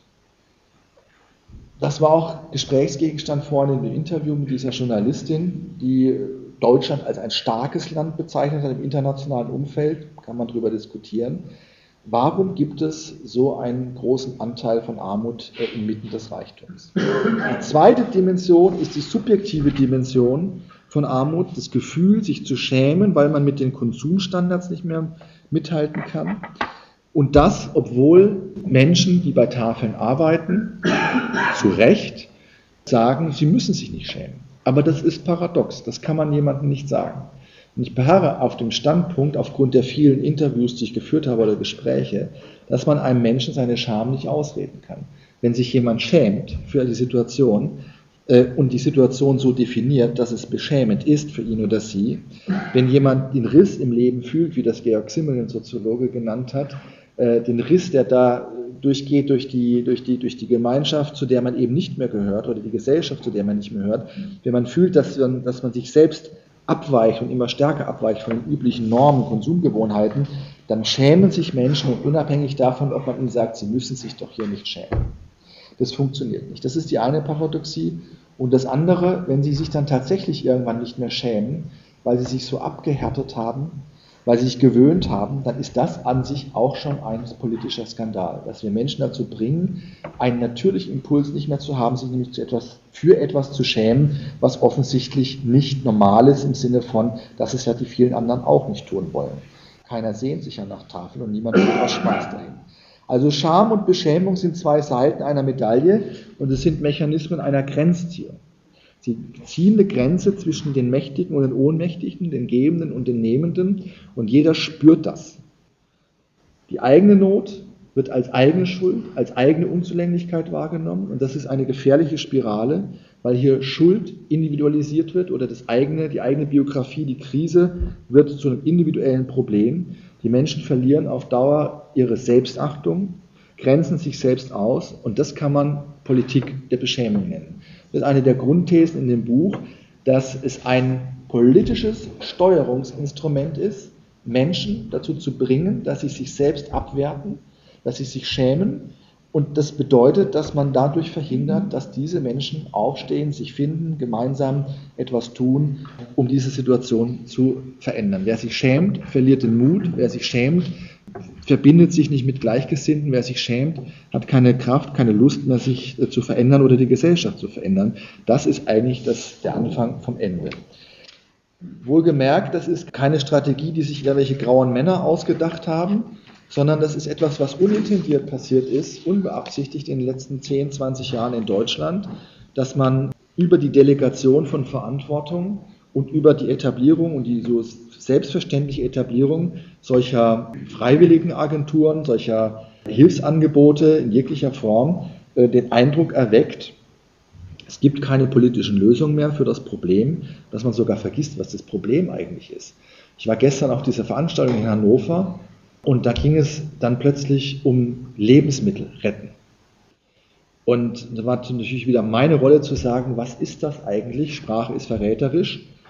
B: Das war auch Gesprächsgegenstand vorhin in dem Interview mit dieser Journalistin, die Deutschland als ein starkes Land bezeichnet hat im internationalen Umfeld, kann man darüber diskutieren. Warum gibt es so einen großen Anteil von Armut inmitten des Reichtums? Die zweite Dimension ist die subjektive Dimension von Armut, das Gefühl, sich zu schämen, weil man mit den Konsumstandards nicht mehr mithalten kann. Und das, obwohl Menschen, die bei Tafeln arbeiten, zu Recht sagen, sie müssen sich nicht schämen. Aber das ist paradox, das kann man jemandem nicht sagen. Und ich beharre auf dem Standpunkt, aufgrund der vielen Interviews, die ich geführt habe oder Gespräche, dass man einem Menschen seine Scham nicht ausreden kann. Wenn sich jemand schämt für die Situation und die Situation so definiert, dass es beschämend ist für ihn oder sie, wenn jemand den Riss im Leben fühlt, wie das Georg Simmel, den Soziologe, genannt hat, den Riss, der da durchgeht durch die Gemeinschaft, zu der man eben nicht mehr gehört, oder die Gesellschaft, zu der man nicht mehr hört, wenn man fühlt, dass man sich selbst abweicht und immer stärker abweicht von den üblichen Normen, Konsumgewohnheiten, dann schämen sich Menschen, und unabhängig davon, ob man ihnen sagt, sie müssen sich doch hier nicht schämen. Das funktioniert nicht. Das ist die eine Paradoxie. Und das andere, wenn sie sich dann tatsächlich irgendwann nicht mehr schämen, weil sie sich so abgehärtet haben, weil sie sich gewöhnt haben, dann ist das an sich auch schon ein politischer Skandal, dass wir Menschen dazu bringen, einen natürlichen Impuls nicht mehr zu haben, sich nämlich für etwas zu schämen, was offensichtlich nicht normal ist, im Sinne von, dass es ja die vielen anderen auch nicht tun wollen. Keiner sehnt sich ja nach Tafeln und niemand hat was Spaß dahin. Also Scham und Beschämung sind zwei Seiten einer Medaille und es sind Mechanismen einer Grenzziehung. Sie ziehen eine Grenze zwischen den Mächtigen und den Ohnmächtigen, den Gebenden und den Nehmenden, und jeder spürt das. Die eigene Not wird als eigene Schuld, als eigene Unzulänglichkeit wahrgenommen, und das ist eine gefährliche Spirale, weil hier Schuld individualisiert wird oder die eigene Biografie, die Krise wird zu einem individuellen Problem. Die Menschen verlieren auf Dauer ihre Selbstachtung, grenzen sich selbst aus, und das kann man Politik der Beschämung nennen. Das ist eine der Grundthesen in dem Buch, dass es ein politisches Steuerungsinstrument ist, Menschen dazu zu bringen, dass sie sich selbst abwerten, dass sie sich schämen, und das bedeutet, dass man dadurch verhindert, dass diese Menschen aufstehen, sich finden, gemeinsam etwas tun, um diese Situation zu verändern. Wer sich schämt, verliert den Mut, wer sich schämt, verbindet sich nicht mit Gleichgesinnten, wer sich schämt, hat keine Kraft, keine Lust mehr, sich zu verändern oder die Gesellschaft zu verändern. Das ist eigentlich der Anfang vom Ende. Wohlgemerkt, das ist keine Strategie, die sich irgendwelche grauen Männer ausgedacht haben, sondern das ist etwas, was unintendiert passiert ist, unbeabsichtigt in den letzten 10, 20 Jahren in Deutschland, dass man über die Delegation von Verantwortung und über die Etablierung und die so selbstverständliche Etablierung solcher Freiwilligenagenturen, solcher Hilfsangebote in jeglicher Form den Eindruck erweckt, es gibt keine politischen Lösungen mehr für das Problem, dass man sogar vergisst, was das Problem eigentlich ist. Ich war gestern auf dieser Veranstaltung in Hannover, und da ging es dann plötzlich um Lebensmittel retten. Und da war natürlich wieder meine Rolle zu sagen, was ist das eigentlich? Sprache ist verräterisch.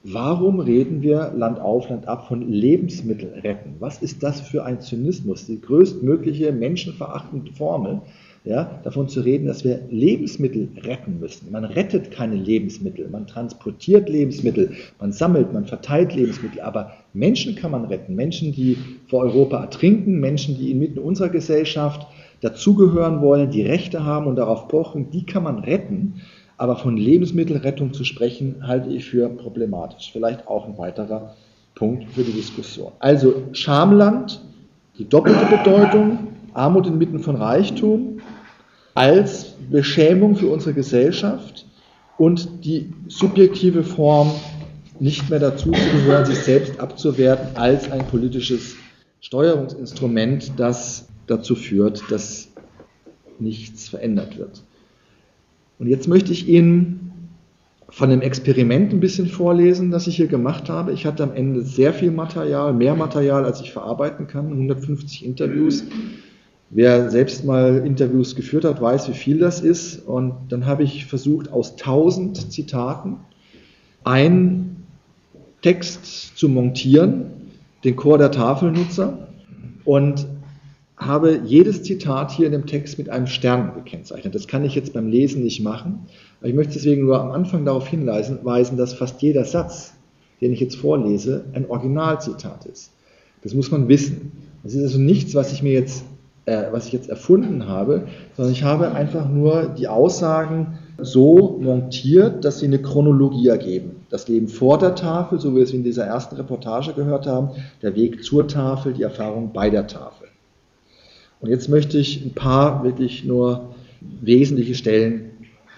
B: Warum reden wir Land auf, Land ab von Lebensmittel retten? Was ist das für ein Zynismus? Die größtmögliche menschenverachtende Formel, ja, davon zu reden, dass wir Lebensmittel retten müssen. Man rettet keine Lebensmittel, man transportiert Lebensmittel, man sammelt, man verteilt Lebensmittel, aber Menschen kann man retten. Menschen, die vor Europa ertrinken, Menschen, die inmitten unserer Gesellschaft dazugehören wollen, die Rechte haben und darauf pochen, die kann man retten. Aber von Lebensmittelrettung zu sprechen, halte ich für problematisch. Vielleicht auch ein weiterer Punkt für die Diskussion. Also Schamland, die doppelte Bedeutung, Armut inmitten von Reichtum, als Beschämung für unsere Gesellschaft und die subjektive Form, nicht mehr dazu zu gehören, sich selbst abzuwerten, als ein politisches Steuerungsinstrument, das dazu führt, dass nichts verändert wird. Und jetzt möchte ich Ihnen von dem Experiment ein bisschen vorlesen, das ich hier gemacht habe. Ich hatte am Ende sehr viel Material, mehr Material, als ich verarbeiten kann, 150 Interviews. Wer selbst mal Interviews geführt hat, weiß, wie viel das ist. Und dann habe ich versucht, aus 1000 Zitaten einen Text zu montieren, den Chor der Tafelnutzer, und habe jedes Zitat hier in dem Text mit einem Stern gekennzeichnet. Das kann ich jetzt beim Lesen nicht machen. Aber ich möchte deswegen nur am Anfang darauf hinweisen, dass fast jeder Satz, den ich jetzt vorlese, ein Originalzitat ist. Das muss man wissen. Das ist also nichts, was ich jetzt erfunden habe, sondern ich habe einfach nur die Aussagen so montiert, dass sie eine Chronologie ergeben. Das Leben vor der Tafel, so wie wir es in dieser ersten Reportage gehört haben, der Weg zur Tafel, die Erfahrung bei der Tafel. Und jetzt möchte ich ein paar wirklich nur wesentliche Stellen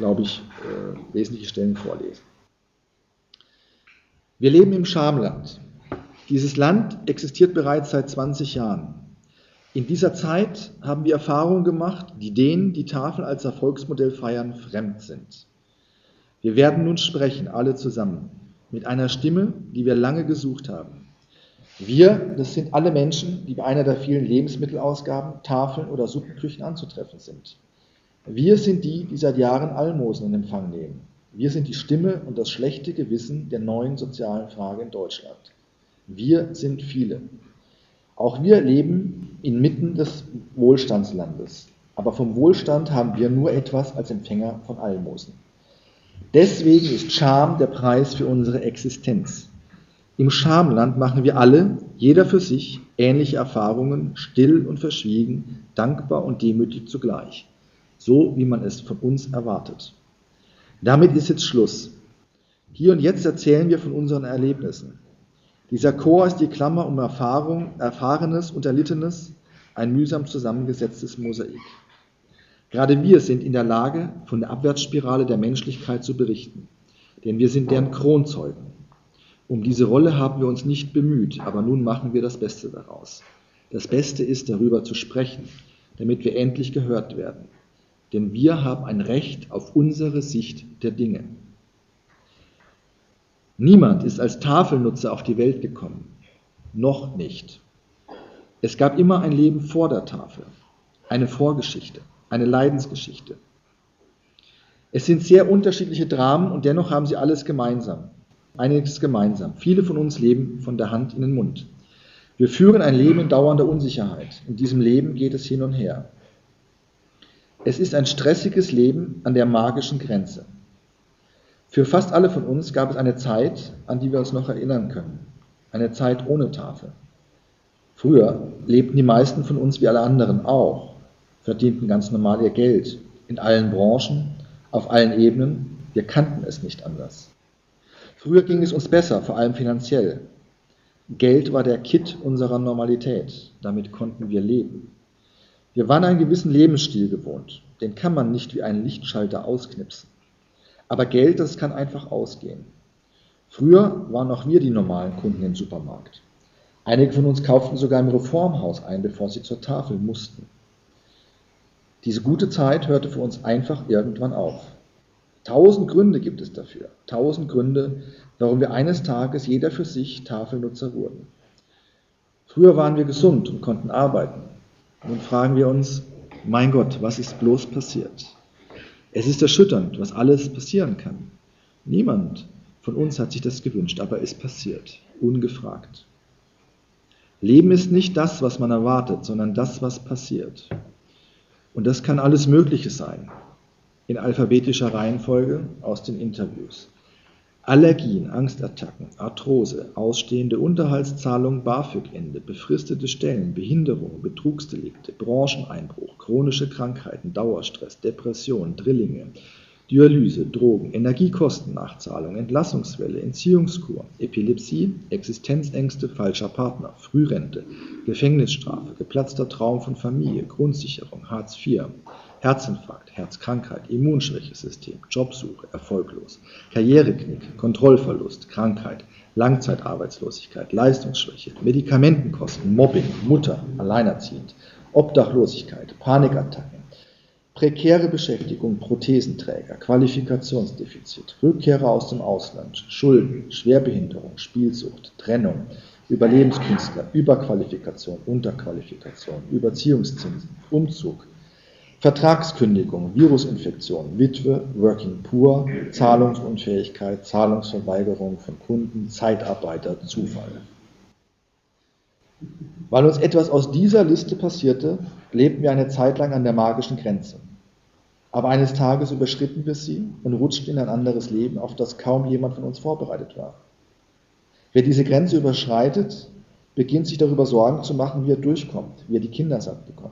B: vorlesen. Wir leben im Schamland. Dieses Land existiert bereits seit 20 Jahren. In dieser Zeit haben wir Erfahrungen gemacht, die denen, die Tafel als Erfolgsmodell feiern, fremd sind. Wir werden nun sprechen, alle zusammen, mit einer Stimme, die wir lange gesucht haben. Wir, das sind alle Menschen, die bei einer der vielen Lebensmittelausgaben, Tafeln oder Suppenküchen anzutreffen sind. Wir sind die, die seit Jahren Almosen in Empfang nehmen. Wir sind die Stimme und das schlechte Gewissen der neuen sozialen Frage in Deutschland. Wir sind viele. Auch wir leben inmitten des Wohlstandslandes. Aber vom Wohlstand haben wir nur etwas als Empfänger von Almosen. Deswegen ist Scham der Preis für unsere Existenz. Im Schamland machen wir alle, jeder für sich, ähnliche Erfahrungen, still und verschwiegen, dankbar und demütig zugleich. So, wie man es von uns erwartet. Damit ist jetzt Schluss. Hier und jetzt erzählen wir von unseren Erlebnissen. Dieser Chor ist die Klammer um Erfahrenes und Erlittenes, ein mühsam zusammengesetztes Mosaik. Gerade wir sind in der Lage, von der Abwärtsspirale der Menschlichkeit zu berichten, denn wir sind deren Kronzeugen. Um diese Rolle haben wir uns nicht bemüht, aber nun machen wir das Beste daraus. Das Beste ist, darüber zu sprechen, damit wir endlich gehört werden. Denn wir haben ein Recht auf unsere Sicht der Dinge. Niemand ist als Tafelnutzer auf die Welt gekommen. Noch nicht. Es gab immer ein Leben vor der Tafel, eine Vorgeschichte, eine Leidensgeschichte. Es sind sehr unterschiedliche Dramen und dennoch haben sie alles gemeinsam. Einiges gemeinsam. Viele von uns leben von der Hand in den Mund. Wir führen ein Leben in dauernder Unsicherheit. In diesem Leben geht es hin und her. Es ist ein stressiges Leben an der magischen Grenze. Für fast alle von uns gab es eine Zeit, an die wir uns noch erinnern können. Eine Zeit ohne Tafel. Früher lebten die meisten von uns wie alle anderen auch, verdienten ganz normal ihr Geld, in allen Branchen, auf allen Ebenen. Wir kannten es nicht anders. Früher ging es uns besser, vor allem finanziell. Geld war der Kitt unserer Normalität. Damit konnten wir leben. Wir waren einen gewissen Lebensstil gewohnt. Den kann man nicht wie einen Lichtschalter ausknipsen. Aber Geld, das kann einfach ausgehen. Früher waren auch wir die normalen Kunden im Supermarkt. Einige von uns kauften sogar im Reformhaus ein, bevor sie zur Tafel mussten. Diese gute Zeit hörte für uns einfach irgendwann auf. 1000 Gründe gibt es dafür. 1000 Gründe, warum wir eines Tages jeder für sich Tafelnutzer wurden. Früher waren wir gesund und konnten arbeiten. Nun fragen wir uns, mein Gott, was ist bloß passiert? Es ist erschütternd, was alles passieren kann. Niemand von uns hat sich das gewünscht, aber es passiert, ungefragt. Leben ist nicht das, was man erwartet, sondern das, was passiert. Und das kann alles Mögliche sein, in alphabetischer Reihenfolge aus den Interviews. Allergien, Angstattacken, Arthrose, ausstehende Unterhaltszahlungen, BAföG-Ende, befristete Stellen, Behinderung, Betrugsdelikte, Brancheneinbruch, chronische Krankheiten, Dauerstress, Depression, Drillinge, Dialyse, Drogen, Energiekostennachzahlung, Entlassungswelle, Entziehungskur, Epilepsie, Existenzängste, falscher Partner, Frührente, Gefängnisstrafe, geplatzter Traum von Familie, Grundsicherung, Hartz IV, Herzinfarkt, Herzkrankheit, Immunschwächesystem, Jobsuche, erfolglos, Karriereknick, Kontrollverlust, Krankheit, Langzeitarbeitslosigkeit, Leistungsschwäche, Medikamentenkosten, Mobbing, Mutter, alleinerziehend, Obdachlosigkeit, Panikattacken, prekäre Beschäftigung, Prothesenträger, Qualifikationsdefizit, Rückkehrer aus dem Ausland, Schulden, Schwerbehinderung, Spielsucht, Trennung, Überlebenskünstler, Überqualifikation, Unterqualifikation, Überziehungszinsen, Umzug, Vertragskündigung, Virusinfektion, Witwe, Working Poor, Zahlungsunfähigkeit, Zahlungsverweigerung von Kunden, Zeitarbeiter, Zufall. Weil uns etwas aus dieser Liste passierte, lebten wir eine Zeit lang an der magischen Grenze. Aber eines Tages überschritten wir sie und rutschten in ein anderes Leben, auf das kaum jemand von uns vorbereitet war. Wer diese Grenze überschreitet, beginnt sich darüber Sorgen zu machen, wie er durchkommt, wie er die Kinder satt bekommt.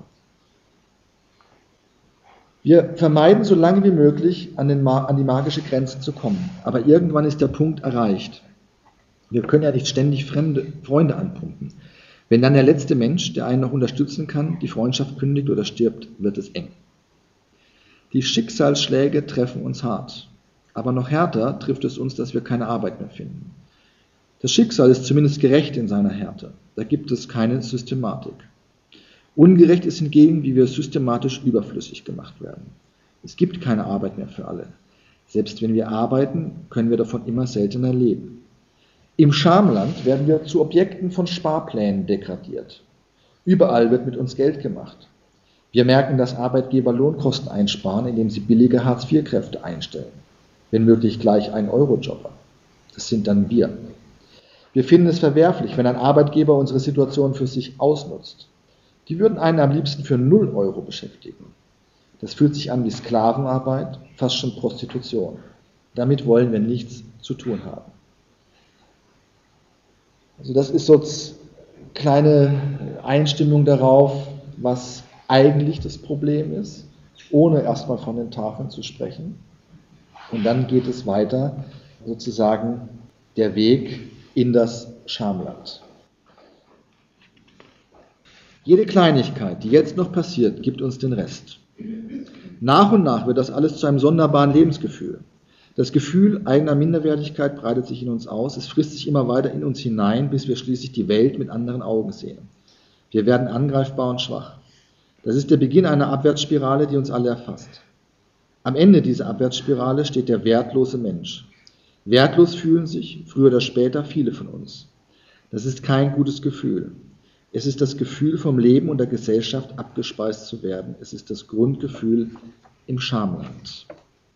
B: Wir vermeiden so lange wie möglich, an die magische Grenze zu kommen. Aber irgendwann ist der Punkt erreicht. Wir können ja nicht ständig Freunde anpumpen. Wenn dann der letzte Mensch, der einen noch unterstützen kann, die Freundschaft kündigt oder stirbt, wird es eng. Die Schicksalsschläge treffen uns hart. Aber noch härter trifft es uns, dass wir keine Arbeit mehr finden. Das Schicksal ist zumindest gerecht in seiner Härte. Da gibt es keine Systematik. Ungerecht ist hingegen, wie wir systematisch überflüssig gemacht werden. Es gibt keine Arbeit mehr für alle. Selbst wenn wir arbeiten, können wir davon immer seltener leben. Im Schamland werden wir zu Objekten von Sparplänen degradiert. Überall wird mit uns Geld gemacht. Wir merken, dass Arbeitgeber Lohnkosten einsparen, indem sie billige Hartz-IV-Kräfte einstellen. Wenn möglich gleich 1-Euro-Jobber. Das sind dann wir. Wir finden es verwerflich, wenn ein Arbeitgeber unsere Situation für sich ausnutzt. Die würden einen am liebsten für 0 Euro beschäftigen. Das fühlt sich an wie Sklavenarbeit, fast schon Prostitution. Damit wollen wir nichts zu tun haben. Also das ist so eine kleine Einstimmung darauf, was eigentlich das Problem ist, ohne erstmal von den Tafeln zu sprechen. Und dann geht es weiter, sozusagen der Weg in das Schamland. Jede Kleinigkeit, die jetzt noch passiert, gibt uns den Rest. Nach und nach wird das alles zu einem sonderbaren Lebensgefühl. Das Gefühl eigener Minderwertigkeit breitet sich in uns aus, es frisst sich immer weiter in uns hinein, bis wir schließlich die Welt mit anderen Augen sehen. Wir werden angreifbar und schwach. Das ist der Beginn einer Abwärtsspirale, die uns alle erfasst. Am Ende dieser Abwärtsspirale steht der wertlose Mensch. Wertlos fühlen sich, früher oder später, viele von uns. Das ist kein gutes Gefühl. Es ist das Gefühl, vom Leben und der Gesellschaft abgespeist zu werden. Es ist das Grundgefühl im Schamland.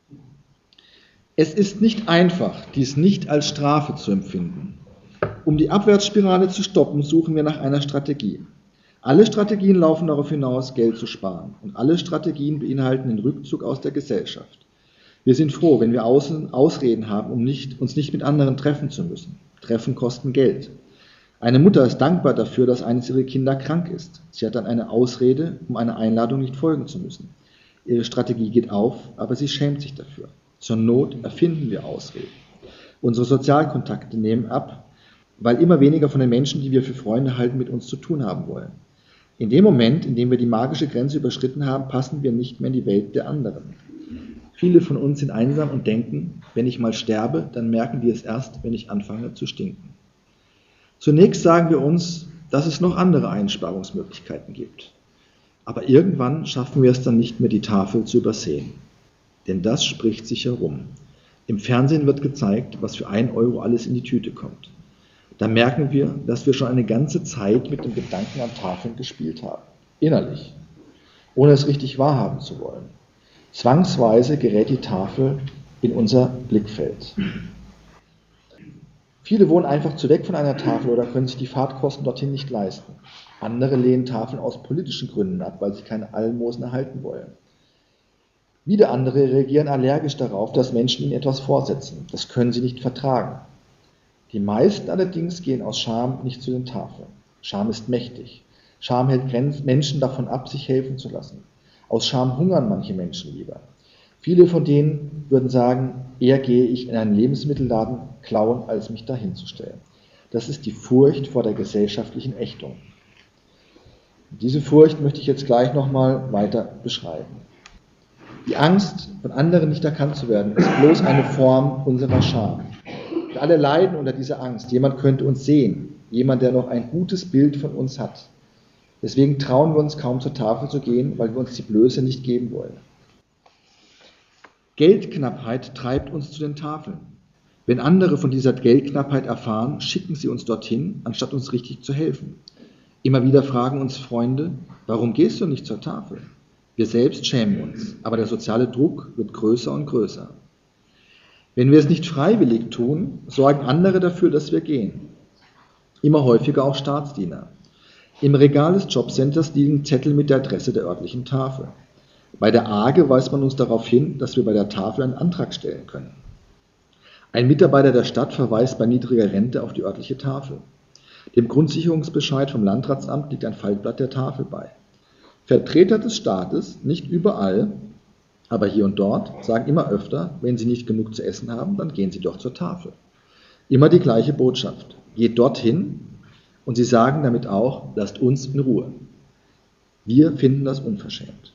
B: Es ist nicht einfach, dies nicht als Strafe zu empfinden. Um die Abwärtsspirale zu stoppen, suchen wir nach einer Strategie. Alle Strategien laufen darauf hinaus, Geld zu sparen. Und alle Strategien beinhalten den Rückzug aus der Gesellschaft. Wir sind froh, wenn wir Ausreden haben, um uns nicht mit anderen treffen zu müssen. Treffen kosten Geld. Eine Mutter ist dankbar dafür, dass eines ihrer Kinder krank ist. Sie hat dann eine Ausrede, um einer Einladung nicht folgen zu müssen. Ihre Strategie geht auf, aber sie schämt sich dafür. Zur Not erfinden wir Ausreden. Unsere Sozialkontakte nehmen ab, weil immer weniger von den Menschen, die wir für Freunde halten, mit uns zu tun haben wollen. In dem Moment, in dem wir die magische Grenze überschritten haben, passen wir nicht mehr in die Welt der anderen. Viele von uns sind einsam und denken, wenn ich mal sterbe, dann merken die es erst, wenn ich anfange zu stinken. Zunächst sagen wir uns, dass es noch andere Einsparungsmöglichkeiten gibt. Aber irgendwann schaffen wir es dann nicht mehr, die Tafel zu übersehen. Denn das spricht sich herum. Im Fernsehen wird gezeigt, was für 1 Euro alles in die Tüte kommt. Da merken wir, dass wir schon eine ganze Zeit mit dem Gedanken an Tafeln gespielt haben. Innerlich. Ohne es richtig wahrhaben zu wollen. Zwangsweise gerät die Tafel in unser Blickfeld. Viele wohnen einfach zu weg von einer Tafel oder können sich die Fahrtkosten dorthin nicht leisten. Andere lehnen Tafeln aus politischen Gründen ab, weil sie keine Almosen erhalten wollen. Wieder andere reagieren allergisch darauf, dass Menschen ihnen etwas vorsetzen. Das können sie nicht vertragen. Die meisten allerdings gehen aus Scham nicht zu den Tafeln. Scham ist mächtig. Scham hält Menschen davon ab, sich helfen zu lassen. Aus Scham hungern manche Menschen lieber. Viele von denen würden sagen, eher gehe ich in einen Lebensmittelladen klauen, als mich dahin zu stellen. Das ist die Furcht vor der gesellschaftlichen Ächtung. Diese Furcht möchte ich jetzt gleich nochmal weiter beschreiben. Die Angst, von anderen nicht erkannt zu werden, ist bloß eine Form unserer Scham. Wir alle leiden unter dieser Angst. Jemand könnte uns sehen, jemand, der noch ein gutes Bild von uns hat. Deswegen trauen wir uns kaum zur Tafel zu gehen, weil wir uns die Blöße nicht geben wollen. Geldknappheit treibt uns zu den Tafeln. Wenn andere von dieser Geldknappheit erfahren, schicken sie uns dorthin, anstatt uns richtig zu helfen. Immer wieder fragen uns Freunde, warum gehst du nicht zur Tafel? Wir selbst schämen uns, aber der soziale Druck wird größer und größer. Wenn wir es nicht freiwillig tun, sorgen andere dafür, dass wir gehen. Immer häufiger auch Staatsdiener. Im Regal des Jobcenters liegen Zettel mit der Adresse der örtlichen Tafel. Bei der AGE weist man uns darauf hin, dass wir bei der Tafel einen Antrag stellen können. Ein Mitarbeiter der Stadt verweist bei niedriger Rente auf die örtliche Tafel. Dem Grundsicherungsbescheid vom Landratsamt liegt ein Faltblatt der Tafel bei. Vertreter des Staates, nicht überall, aber hier und dort, sagen immer öfter, wenn sie nicht genug zu essen haben, dann gehen sie doch zur Tafel. Immer die gleiche Botschaft. Geht dorthin und sie sagen damit auch, lasst uns in Ruhe. Wir finden das unverschämt.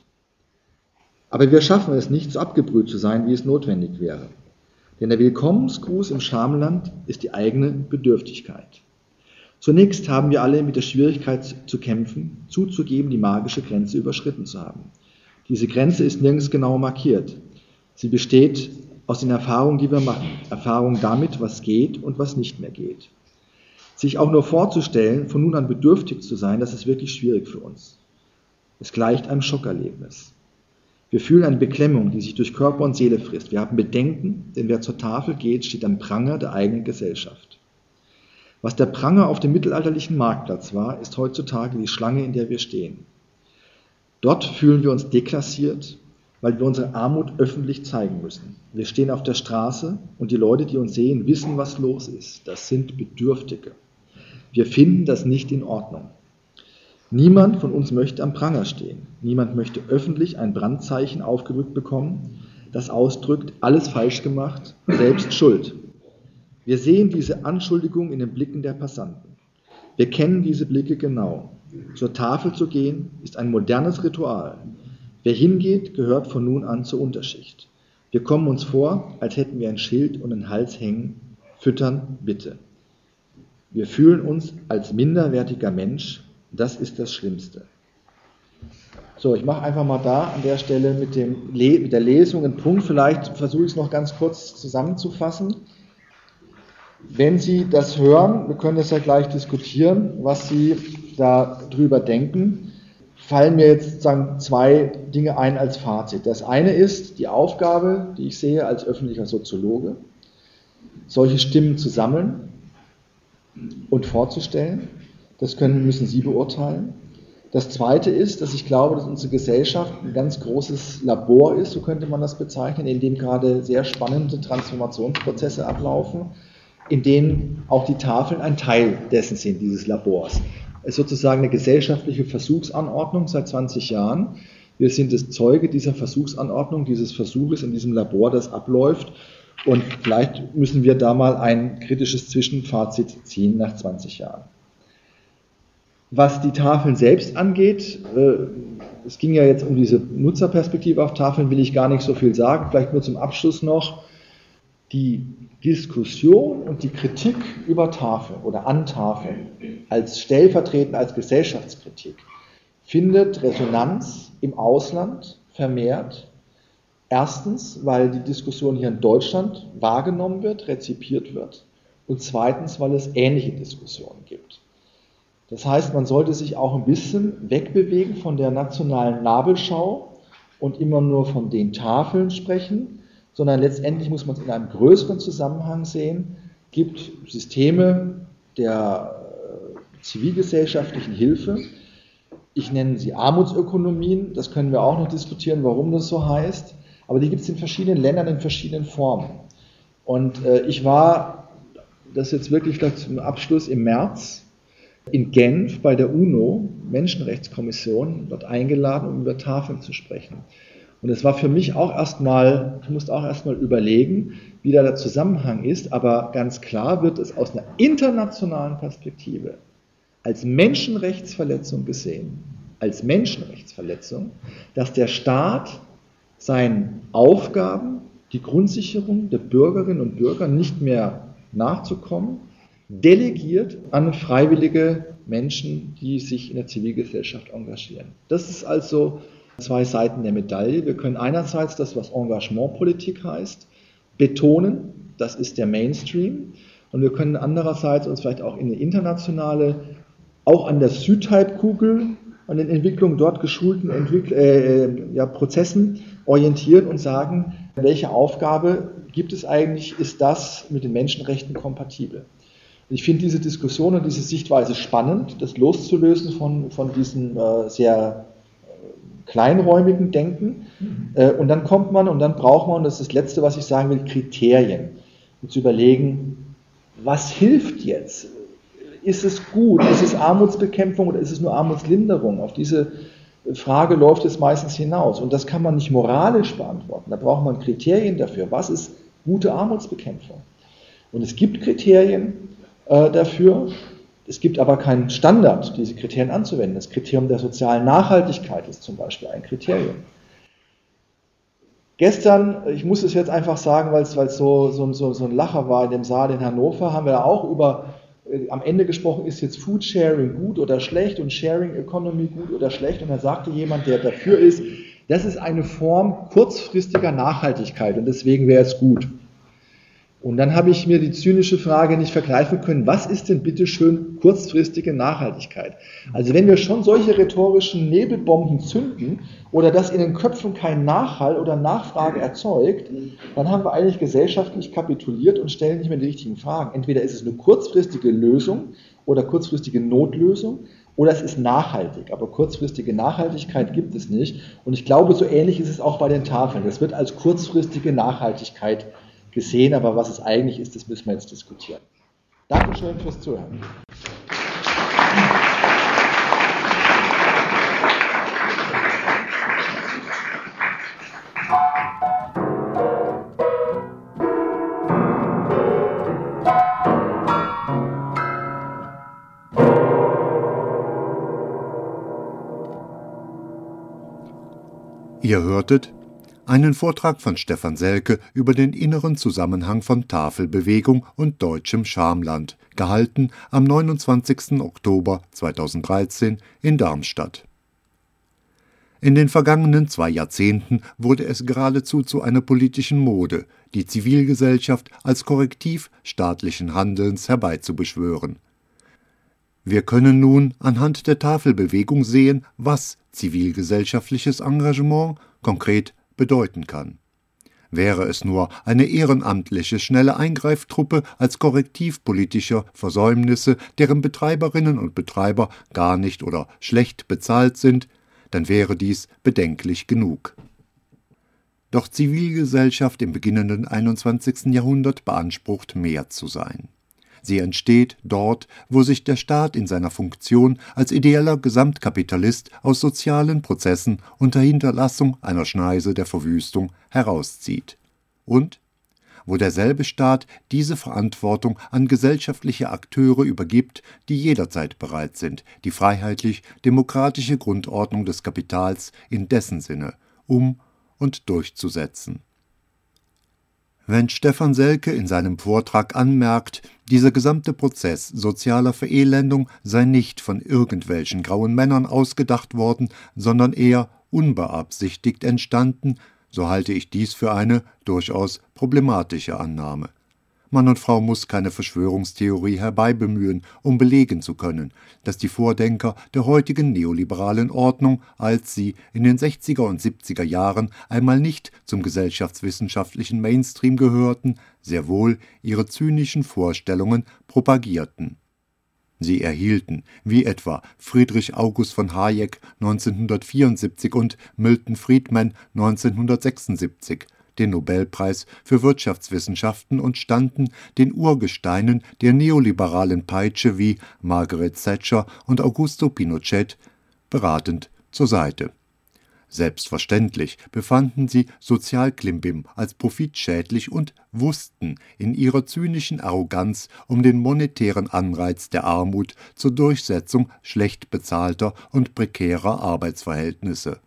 B: Aber wir schaffen es nicht, so abgebrüht zu sein, wie es notwendig wäre. Denn der Willkommensgruß im Schamland ist die eigene Bedürftigkeit. Zunächst haben wir alle mit der Schwierigkeit zu kämpfen, zuzugeben, die magische Grenze überschritten zu haben. Diese Grenze ist nirgends genau markiert. Sie besteht aus den Erfahrungen, die wir machen. Erfahrungen damit, was geht und was nicht mehr geht. Sich auch nur vorzustellen, von nun an bedürftig zu sein, das ist wirklich schwierig für uns. Es gleicht einem Schockerlebnis. Wir fühlen eine Beklemmung, die sich durch Körper und Seele frisst. Wir haben Bedenken, denn wer zur Tafel geht, steht am Pranger der eigenen Gesellschaft. Was der Pranger auf dem mittelalterlichen Marktplatz war, ist heutzutage die Schlange, in der wir stehen. Dort fühlen wir uns deklassiert, weil wir unsere Armut öffentlich zeigen müssen. Wir stehen auf der Straße und die Leute, die uns sehen, wissen, was los ist. Das sind Bedürftige. Wir finden das nicht in Ordnung. Niemand von uns möchte am Pranger stehen. Niemand möchte öffentlich ein Brandzeichen aufgedrückt bekommen, das ausdrückt, alles falsch gemacht, selbst schuld. Wir sehen diese Anschuldigung in den Blicken der Passanten. Wir kennen diese Blicke genau. Zur Tafel zu gehen, ist ein modernes Ritual. Wer hingeht, gehört von nun an zur Unterschicht. Wir kommen uns vor, als hätten wir ein Schild um den Hals hängen, füttern bitte. Wir fühlen uns als minderwertiger Mensch, das ist das Schlimmste. So, ich mache einfach mal da an der Stelle mit der Lesung einen Punkt, vielleicht versuche ich es noch ganz kurz zusammenzufassen. Wenn Sie das hören, wir können das ja gleich diskutieren, was Sie darüber denken, fallen mir jetzt sozusagen zwei Dinge ein als Fazit. Das eine ist die Aufgabe, die ich sehe als öffentlicher Soziologe, solche Stimmen zu sammeln und vorzustellen. Das müssen Sie beurteilen. Das zweite ist, dass ich glaube, dass unsere Gesellschaft ein ganz großes Labor ist, so könnte man das bezeichnen, in dem gerade sehr spannende Transformationsprozesse ablaufen, in denen auch die Tafeln ein Teil dessen sind, dieses Labors. Es ist sozusagen eine gesellschaftliche Versuchsanordnung seit 20 Jahren. Wir sind das Zeuge dieser Versuchsanordnung, dieses Versuches in diesem Labor, das abläuft. Und vielleicht müssen wir da mal ein kritisches Zwischenfazit ziehen nach 20 Jahren. Was die Tafeln selbst angeht, es ging ja jetzt um diese Nutzerperspektive auf Tafeln, will ich gar nicht so viel sagen. Vielleicht nur zum Abschluss noch. Die Diskussion und die Kritik über Tafeln oder an Tafeln als stellvertretend als Gesellschaftskritik findet Resonanz im Ausland vermehrt. Erstens, weil die Diskussion hier in Deutschland wahrgenommen wird, rezipiert wird. Und zweitens, weil es ähnliche Diskussionen gibt. Das heißt, man sollte sich auch ein bisschen wegbewegen von der nationalen Nabelschau und immer nur von den Tafeln sprechen, sondern letztendlich muss man es in einem größeren Zusammenhang sehen. gibt Systeme der zivilgesellschaftlichen Hilfe. Ich nenne sie Armutsökonomien, das können wir auch noch diskutieren, warum das so heißt, aber die gibt es in verschiedenen Ländern in verschiedenen Formen. Und ich war, das jetzt wirklich vielleicht zum Abschluss, im März in Genf bei der UNO, Menschenrechtskommission, dort eingeladen, um über Tafeln zu sprechen. Und es war für mich auch erstmal, ich musste auch erstmal überlegen, wie da der Zusammenhang ist, aber ganz klar wird es aus einer internationalen Perspektive als Menschenrechtsverletzung gesehen, als Menschenrechtsverletzung, dass der Staat seinen Aufgaben, die Grundsicherung der Bürgerinnen und Bürger nicht mehr nachzukommen, delegiert an freiwillige Menschen, die sich in der Zivilgesellschaft engagieren. Das ist also zwei Seiten der Medaille. Wir können einerseits das, was Engagementpolitik heißt, betonen, das ist der Mainstream, und wir können andererseits uns vielleicht auch in eine internationale, auch an der Südhalbkugel, an den Entwicklungen dort geschulten Prozessen orientieren und sagen, welche Aufgabe gibt es eigentlich, ist das mit den Menschenrechten kompatibel? Ich finde diese Diskussion und diese Sichtweise spannend, das loszulösen von diesem sehr kleinräumigen Denken. Und dann kommt man und dann braucht man, und das ist das Letzte, was ich sagen will, Kriterien. Und zu überlegen, was hilft jetzt? Ist es gut? Ist es Armutsbekämpfung oder ist es nur Armutslinderung? Auf diese Frage läuft es meistens hinaus. Und das kann man nicht moralisch beantworten. Da braucht man Kriterien dafür. Was ist gute Armutsbekämpfung? Und es gibt Kriterien dafür. Es gibt aber keinen Standard, diese Kriterien anzuwenden. Das Kriterium der sozialen Nachhaltigkeit ist zum Beispiel ein Kriterium. Gestern, ich muss es jetzt einfach sagen, weil es so ein Lacher war in dem Saal in Hannover, haben wir auch über, am Ende gesprochen, ist jetzt Food Sharing gut oder schlecht und Sharing Economy gut oder schlecht. Und da sagte jemand, der dafür ist, das ist eine Form kurzfristiger Nachhaltigkeit und deswegen wäre es gut. Und dann habe ich mir die zynische Frage nicht vergreifen können, was ist denn bitte schön kurzfristige Nachhaltigkeit? Also wenn wir schon solche rhetorischen Nebelbomben zünden oder das in den Köpfen keinen Nachhall oder Nachfrage erzeugt, dann haben wir eigentlich gesellschaftlich kapituliert und stellen nicht mehr die richtigen Fragen. Entweder ist es eine kurzfristige Lösung oder kurzfristige Notlösung oder es ist nachhaltig, aber kurzfristige Nachhaltigkeit gibt es nicht. Und ich glaube, so ähnlich ist es auch bei den Tafeln. Das wird als kurzfristige Nachhaltigkeit gesehen, aber was es eigentlich ist, das müssen wir jetzt diskutieren. Dankeschön fürs Zuhören.
A: Ihr hörtet einen Vortrag von Stefan Selke über den inneren Zusammenhang von Tafelbewegung und deutschem Schamland, gehalten am 29. Oktober 2013 in Darmstadt. In den vergangenen 2 Jahrzehnten wurde es geradezu zu einer politischen Mode, die Zivilgesellschaft als Korrektiv staatlichen Handelns herbeizubeschwören. Wir können nun anhand der Tafelbewegung sehen, was zivilgesellschaftliches Engagement konkret bedeuten kann. Wäre es nur eine ehrenamtliche, schnelle Eingreiftruppe als Korrektiv politischer Versäumnisse, deren Betreiberinnen und Betreiber gar nicht oder schlecht bezahlt sind, dann wäre dies bedenklich genug. Doch Zivilgesellschaft im beginnenden 21. Jahrhundert beansprucht mehr zu sein. Sie entsteht dort, wo sich der Staat in seiner Funktion als ideeller Gesamtkapitalist aus sozialen Prozessen unter Hinterlassung einer Schneise der Verwüstung herauszieht. Und wo derselbe Staat diese Verantwortung an gesellschaftliche Akteure übergibt, die jederzeit bereit sind, die freiheitlich-demokratische Grundordnung des Kapitals in dessen Sinne und durchzusetzen. Wenn Stefan Selke in seinem Vortrag anmerkt, dieser gesamte Prozess sozialer Verelendung sei nicht von irgendwelchen grauen Männern ausgedacht worden, sondern eher unbeabsichtigt entstanden, so halte ich dies für eine durchaus problematische Annahme. Mann und Frau muss keine Verschwörungstheorie herbeibemühen, um belegen zu können, dass die Vordenker der heutigen neoliberalen Ordnung, als sie in den 60er und 70er Jahren einmal nicht zum gesellschaftswissenschaftlichen Mainstream gehörten, sehr wohl ihre zynischen Vorstellungen propagierten. Sie erhielten, wie etwa Friedrich August von Hayek 1974 und Milton Friedman 1976, den Nobelpreis für Wirtschaftswissenschaften und standen den Urgesteinen der neoliberalen Peitsche wie Margaret Thatcher und Augusto Pinochet beratend zur Seite. Selbstverständlich befanden sie Sozialklimbim als profitschädlich und wussten in ihrer zynischen Arroganz um den monetären Anreiz der Armut zur Durchsetzung schlecht bezahlter und prekärer Arbeitsverhältnisse.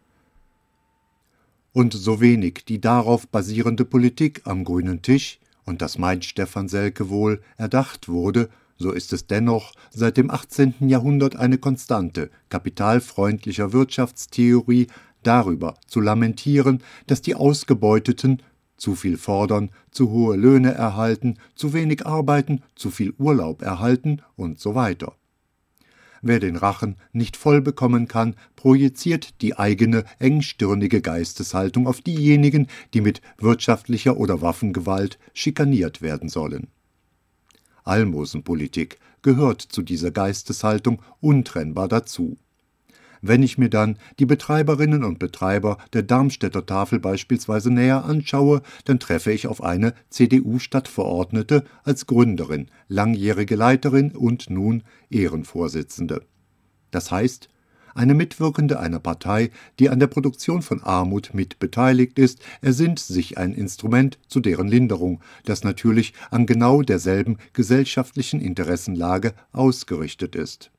A: Und so wenig die darauf basierende Politik am grünen Tisch, und das meint Stefan Selke wohl, erdacht wurde, so ist es dennoch seit dem 18. Jahrhundert eine Konstante kapitalfreundlicher Wirtschaftstheorie, darüber zu lamentieren, dass die Ausgebeuteten zu viel fordern, zu hohe Löhne erhalten, zu wenig arbeiten, zu viel Urlaub erhalten und so weiter. Wer den Rachen nicht voll bekommen kann, projiziert die eigene engstirnige Geisteshaltung auf diejenigen, die mit wirtschaftlicher oder Waffengewalt schikaniert werden sollen. Almosenpolitik gehört zu dieser Geisteshaltung untrennbar dazu. Wenn ich mir dann die Betreiberinnen und Betreiber der Darmstädter Tafel beispielsweise näher anschaue, dann treffe ich auf eine CDU-Stadtverordnete als Gründerin, langjährige Leiterin und nun Ehrenvorsitzende. Das heißt, eine Mitwirkende einer Partei, die an der Produktion von Armut mitbeteiligt ist, ersinnt sich ein Instrument zu deren Linderung, das natürlich an genau derselben gesellschaftlichen Interessenlage ausgerichtet ist.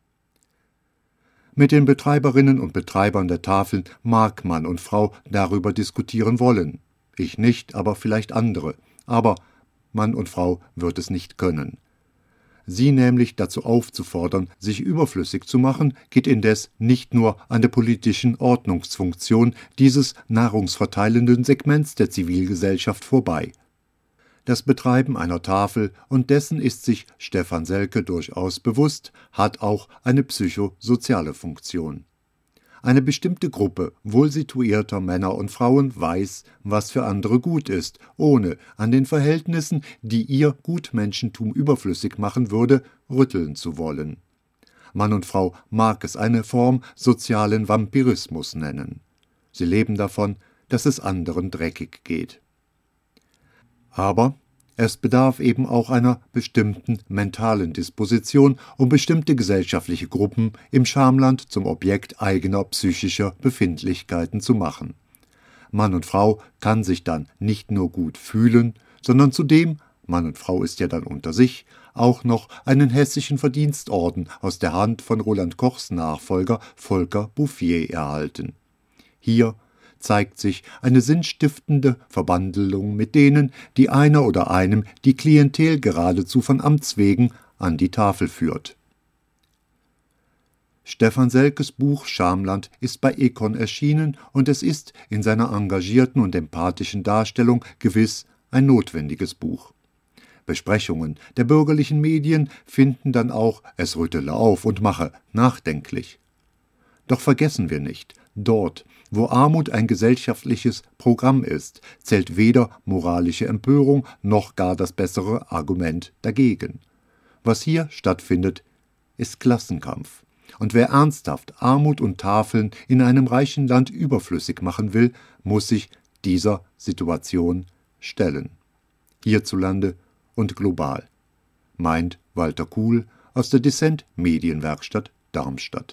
A: Mit den Betreiberinnen und Betreibern der Tafeln mag Mann und Frau darüber diskutieren wollen. Ich nicht, aber vielleicht andere. Aber Mann und Frau wird es nicht können. Sie nämlich dazu aufzufordern, sich überflüssig zu machen, geht indes nicht nur an der politischen Ordnungsfunktion dieses nahrungsverteilenden Segments der Zivilgesellschaft vorbei. Das Betreiben einer Tafel, und dessen ist sich Stefan Selke durchaus bewusst, hat auch eine psychosoziale Funktion. Eine bestimmte Gruppe wohlsituierter Männer und Frauen weiß, was für andere gut ist, ohne an den Verhältnissen, die ihr Gutmenschentum überflüssig machen würde, rütteln zu wollen. Mann und Frau mag es eine Form sozialen Vampirismus nennen. Sie leben davon, dass es anderen dreckig geht. Aber es bedarf eben auch einer bestimmten mentalen Disposition, um bestimmte gesellschaftliche Gruppen im Schamland zum Objekt eigener psychischer Befindlichkeiten zu machen. Mann und Frau kann sich dann nicht nur gut fühlen, sondern zudem, Mann und Frau ist ja dann unter sich, auch noch einen hessischen Verdienstorden aus der Hand von Roland Kochs Nachfolger Volker Bouffier erhalten. Hier zeigt sich eine sinnstiftende Verbandelung mit denen, die einer oder einem die Klientel geradezu von Amts wegen an die Tafel führt. Stefan Selkes Buch Schamland ist bei Econ erschienen und es ist in seiner engagierten und empathischen Darstellung gewiss ein notwendiges Buch. Besprechungen der bürgerlichen Medien finden dann auch Es rüttele auf und mache nachdenklich. Doch vergessen wir nicht, dort, wo Armut ein gesellschaftliches Programm ist, zählt weder moralische Empörung noch gar das bessere Argument dagegen. Was hier stattfindet, ist Klassenkampf. Und wer ernsthaft Armut und Tafeln in einem reichen Land überflüssig machen will, muss sich dieser Situation stellen. Hierzulande und global, meint Walter Kuhl aus der Dissent Medienwerkstatt Darmstadt.